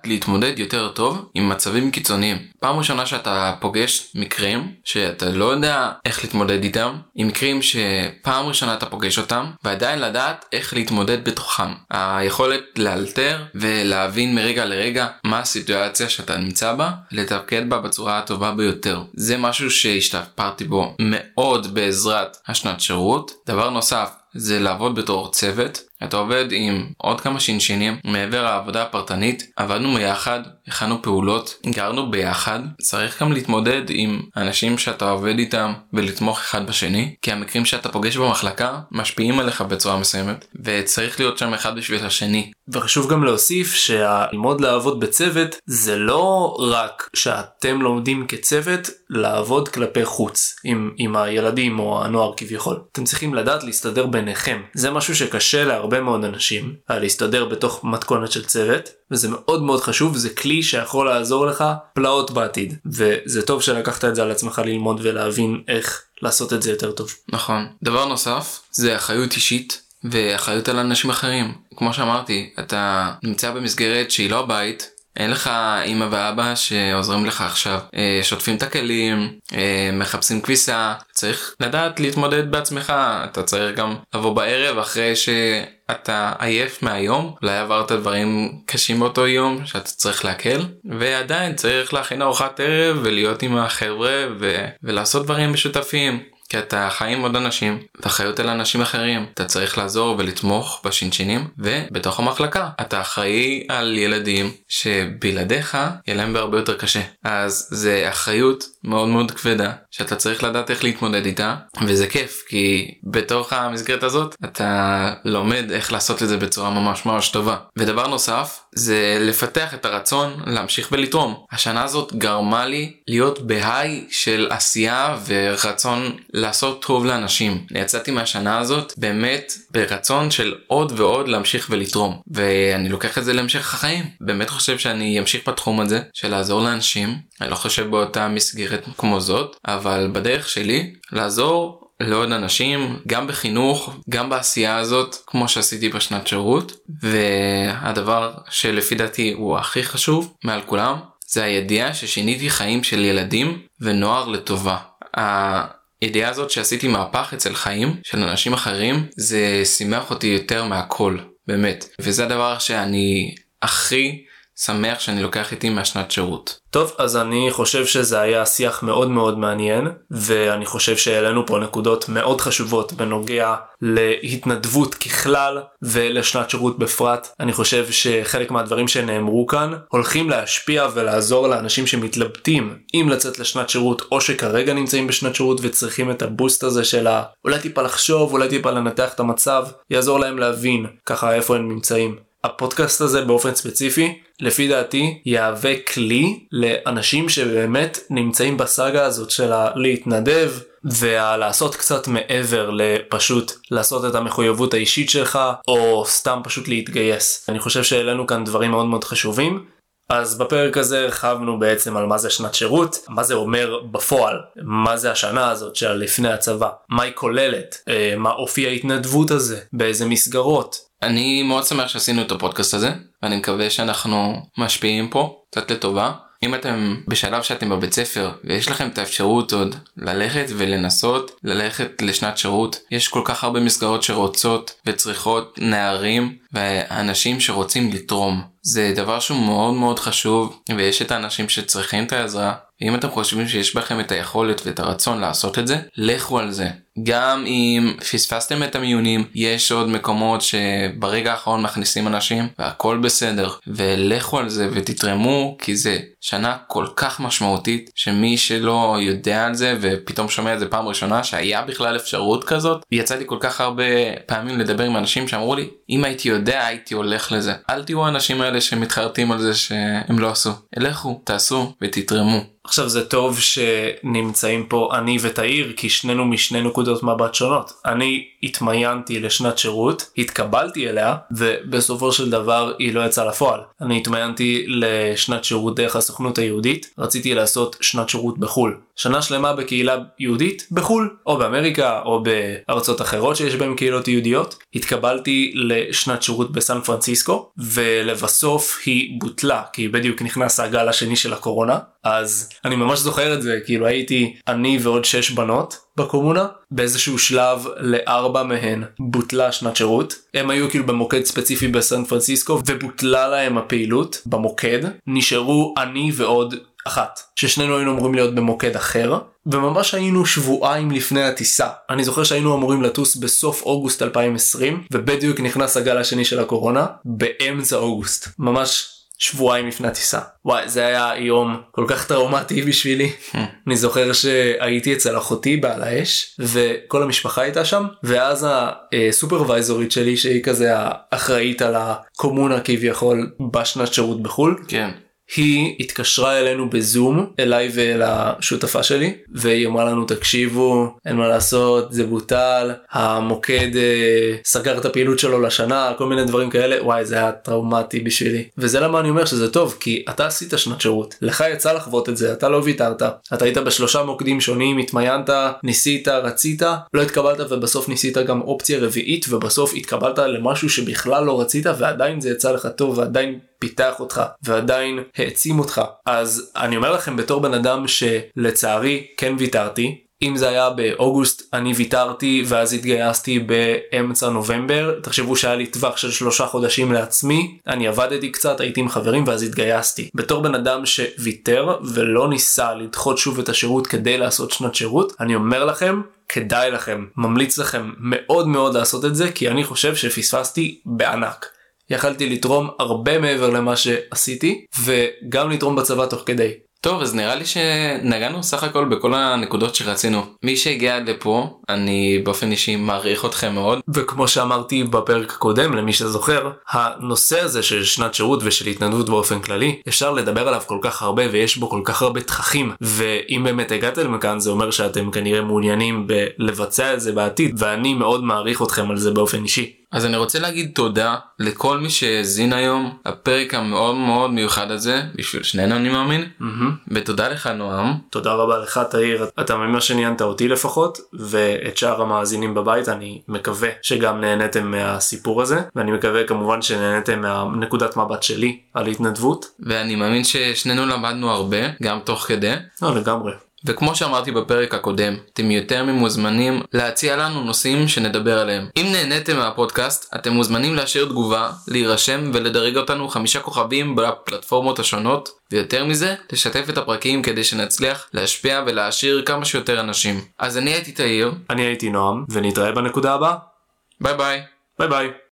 לדעת להתמודד יותר טוב עם מצבים קיצוניים. פעם ראשונה שאתה פוגש מקרים שאתה לא יודע איך להתמודד איתם, עם מקרים שפעם ראשונה אתה פוגש אותם, ועדיין לדעת איך להתמודד בתוכם. היכולת לאלתר ולהבין מרגע לרגע מה הסיטואציה שאתה נמצא בה, לתפקד בה בצורה הטובה ביותר. זה משהו שהשתפרתי בו מאוד בעזרת השנת שירות. דבר נוסף, זה לעבוד בתור צוות. אתה עובד עם עוד כמה שינשינים מעבר העבודה הפרטנית, עבדנו ביחד, הכנו פעולות, גרנו ביחד. צריך גם להתמודד עם אנשים שאתה עובד איתם ולתמוך אחד בשני, כי המקרים שאתה פוגש במחלקה משפיעים עליך בצורה מסוימת, וצריך להיות שם אחד בשביל השני. וחשוב גם להוסיף שהלמוד לעבוד בצוות זה לא רק שאתם לומדים כצוות לעבוד כלפי חוץ עם, עם הילדים או הנוער כביכול. אתם צריכים לדעת להסתדר ביניכם. זה משהו שקשה להרבה מאוד אנשים, להסתדר בתוך מתכונת של צוות, וזה מאוד מאוד חשוב. זה כלי שיכול לעזור לך פלאות בעתיד, וזה טוב שלקחת את זה על עצמך ללמוד ולהבין איך לעשות את זה יותר טוב. נכון. דבר נוסף זה אחריות אישית ואחריות על אנשים אחרים. כמו שאמרתי, אתה נמצא במסגרת שהיא לא הבית, אין לך אמא ואבא שעוזרים לך עכשיו, שוטפים את הכלים, מחפשים כביסה. צריך לדעת להתמודד בעצמך. אתה צריך גם לבוא בערב אחרי שאתה עייף מהיום, אולי עברת דברים קשים באותו יום שאתה צריך להקל, ועדיין צריך להכין ארוחת ערב ולהיות עם החבר'ה ו- ולעשות דברים משותפים. כי אתה חי עם עוד אנשים, אתה חיות על אנשים אחרים, אתה צריך לעזור ולתמוך בשינשינים, ובתוך המחלקה אתה אחראי על ילדים שבלעדיך יהיה להם בהרבה יותר קשה. אז זה אחריות מאוד מאוד כבדה שאתה צריך לדעת איך להתמודד איתה, וזה כיף כי בתוך המסגרת הזאת אתה לומד איך לעשות את זה בצורה ממש ממש טובה. ודבר נוסף זה לפתח את הרצון להמשיך ולתרום. השנה הזאת גרמה לי להיות בהיי של עשייה ורצון לעשות טוב לאנשים. יצאתי מהשנה הזאת באמת ברצון של עוד ועוד להמשיך ולתרום, ואני לוקח את זה להמשך החיים. באמת חושב שאני אמשיך בתחום הזה של לעזור לאנשים. אני לא חושב באותה מסגרת כמו זאת, אבל בדרך שלי לעזור לעוד אנשים, גם בחינוך, גם בעשייה הזאת, כמו שעשיתי בשנת שירות. והדבר שלפי דעתי הוא הכי חשוב מעל כולם, זה הידיעה ששיניתי חיים של ילדים ונוער לטובה. הידיעה הזאת שעשיתי מהפך אצל חיים של אנשים אחרים, זה שימח אותי יותר מהכל, באמת. וזה הדבר שאני הכי שמח שאני לוקח איתי מהשנת שירות. טוב, אז אני חושב שזה היה שיח מאוד מאוד מעניין, ואני חושב שהעלינו פה נקודות מאוד חשובות בנוגע להתנדבות ככלל ולשנת שירות בפרט. אני חושב שחלק מהדברים שנאמרו כאן הולכים להשפיע ולעזור לאנשים שמתלבטים אם לצאת לשנת שירות, או שכרגע נמצאים בשנת שירות וצריכים את הבוסט הזה של אולי טיפה לחשוב, אולי טיפה לנתח את המצב, יעזור להם להבין ככה איפה הם נמצאים. הפודקאסט הזה באופן ספציפי, לפי דעתי, יהווה כלי לאנשים שבאמת נמצאים בסאגה הזאת של להתנדב ולעשות קצת מעבר לפשוט לעשות את המחויבות האישית שלך, או סתם פשוט להתגייס. אני חושב שהעלינו כאן דברים מאוד מאוד חשובים. אז בפרק הזה הרחבנו בעצם על מה זה שנת שירות, מה זה אומר בפועל, מה זה השנה הזאת של לפני הצבא, מה היא כוללת, מה אופי ההתנדבות הזה, באיזה מסגרות. אני מאוד שמח שעשינו את הפודקאסט הזה, ואני מקווה שאנחנו משפיעים פה קצת לטובה. אם אתם בשלב שאתם בבית ספר ויש לכם את האפשרות עוד ללכת ולנסות ללכת לשנת שירות, יש כל כך הרבה מסגרות שרוצות וצריכות נערים ואנשים שרוצים לתרום. זה דבר שהוא מאוד מאוד חשוב, ויש את האנשים שצריכים את העזרה. ואם אתם חושבים שיש בכם את היכולת ואת הרצון לעשות את זה, לכו על זה. גם אם פספסתם את המיונים, יש עוד מקומות שברגע האחרון מכניסים אנשים והכל בסדר, ולכו על זה ותתרמו, כי זה שנה כל כך משמעותית שמי שלא יודע על זה ופתאום שומע את זה פעם ראשונה שהיה בכלל אפשרות כזאת. יצאתי כל כך הרבה פעמים לדבר עם אנשים שאמרו לי, אם הייתי יודע הייתי הולך לזה. אל תהיו האנשים האלה שמתחרטים על זה שהם לא עשו. לכו, תעשו ותתרמו. עכשיו זה טוב שנמצאים פה אני ותאיר, כי שנינו משני נקודות מבט שונות. אני התמיינתי לשנת שירות, התקבלתי אליה, ובסופו של דבר היא לא יצאה לפועל. אני התמיינתי לשנת שירות דרך הסוכנות היהודית, רציתי לעשות שנת שירות בחול. שנה שלמה בקהילה יהודית בחול, או באמריקה, או בארצות אחרות שיש בהן קהילות יהודיות. התקבלתי לשנת שירות בסן פרנסיסקו, ולבסוף היא בוטלה, כי בדיוק נכנס הגל השני של הקורונה. אז אני ממש זוכר את זה, כאילו הייתי אני ועוד שש בנות בקומונה, באיזשהו שלב לארבע מהן בוטלה שנת שירות. הם היו כאילו במוקד ספציפי בסן פרנסיסקו, ובוטלה להם הפעילות במוקד. נשארו אני ועוד אחת, ששנינו היינו אמורים להיות במוקד אחר, וממש היינו שבועיים לפני הטיסה. אני זוכר שהיינו אמורים לטוס בסוף אוגוסט אלפיים עשרים, ובדיוק נכנס הגל השני של הקורונה, באמצע אוגוסט. ממש שבועיים לפני הטיסה. וואי, זה היה יום כל כך טראומטי בשבילי. אני זוכר שהייתי אצל אחותי בעל האש, וכל המשפחה הייתה שם, ואז הסופרוויזורית שלי, שהיא כזה האחראית על הקומונה כביכול בשנת שירות בחול, כן. היא התקשרה אלינו בזום, אליי ואל השותפה שלי, והיא אמרה לנו, תקשיבו, אין מה לעשות, זה בוטל, המוקד אה, סגר את הפעילות שלו לשנה, כל מיני דברים כאלה. וואי, זה היה טראומטי בשבילי. וזה למה אני אומר שזה טוב, כי אתה עשית שנת שירות, לך יצא לחוות את זה, אתה לא ויתרת, אתה היית בשלושה מוקדים שונים, התמיינת, ניסית, רצית, לא התקבלת, ובסוף ניסית גם אופציה רביעית, ובסוף התקבלת למשהו שבכלל לא רצית, ועדיין זה יצא לך טוב, ועדיין פיתח אותך, ועדיין העצים אותך. אז אני אומר לכם בתור בן אדם שלצערי כן ויתרתי, אם זה היה באוגוסט אני ויתרתי ואז התגייסתי באמצע נובמבר, תחשבו שהיה לי טווח של שלושה חודשים לעצמי, אני עבדתי קצת, הייתי עם חברים ואז התגייסתי. בתור בן אדם שוויתר ולא ניסה לדחות שוב את השירות כדי לעשות שנת שירות, אני אומר לכם, כדאי לכם, ממליץ לכם מאוד מאוד לעשות את זה, כי אני חושב שפספסתי בענק. יכלתי לתרום הרבה מעבר למה שעשיתי, וגם לתרום בצבא תוך כדי. טוב, אז נראה לי שנגענו סך הכל בכל הנקודות שרצינו. מי שהגיע לפה, אני באופן אישי מעריך אתכם מאוד. וכמו שאמרתי בפרק הקודם, למי שזוכר, הנושא הזה של שנת שירות ושל התנדבות באופן כללי, אפשר לדבר עליו כל כך הרבה ויש בו כל כך הרבה תככים. ואם באמת הגעתם מכאן, זה אומר שאתם כנראה מעוניינים בלבצע את זה בעתיד, ואני מאוד מעריך אתכם על זה באופן אישי. אז אני רוצה להגיד תודה לכל מי שהזין היום הפרק המאוד מאוד מיוחד הזה, בשביל שנינו אני מאמין, mm-hmm. ותודה לך נועם. תודה רבה לך תאיר, אתה ממש שעניינת אותי לפחות, ואת שאר המאזינים בבית אני מקווה שגם נהניתם מהסיפור הזה, ואני מקווה כמובן שנהניתם מהנקודת מבט שלי על התנדבות. ואני מאמין ששנינו למדנו הרבה, גם תוך כדי. לא, לגמרי. וכמו שאמרתי בפרק הקודם, אתם יותר ממוזמנים להציע לנו נושאים שנדבר עליהם. אם נהניתם מהפודקאסט, אתם מוזמנים להשאיר תגובה, להירשם ולדרג אותנו חמישה כוכבים בפלטפורמות השונות, ויותר מזה, לשתף את הפרקים כדי שנצליח להשפיע ולהשאיר כמה שיותר אנשים. אז אני הייתי תאיר. אני הייתי נועם, ונתראה בנקודה הבאה. ביי ביי. ביי ביי.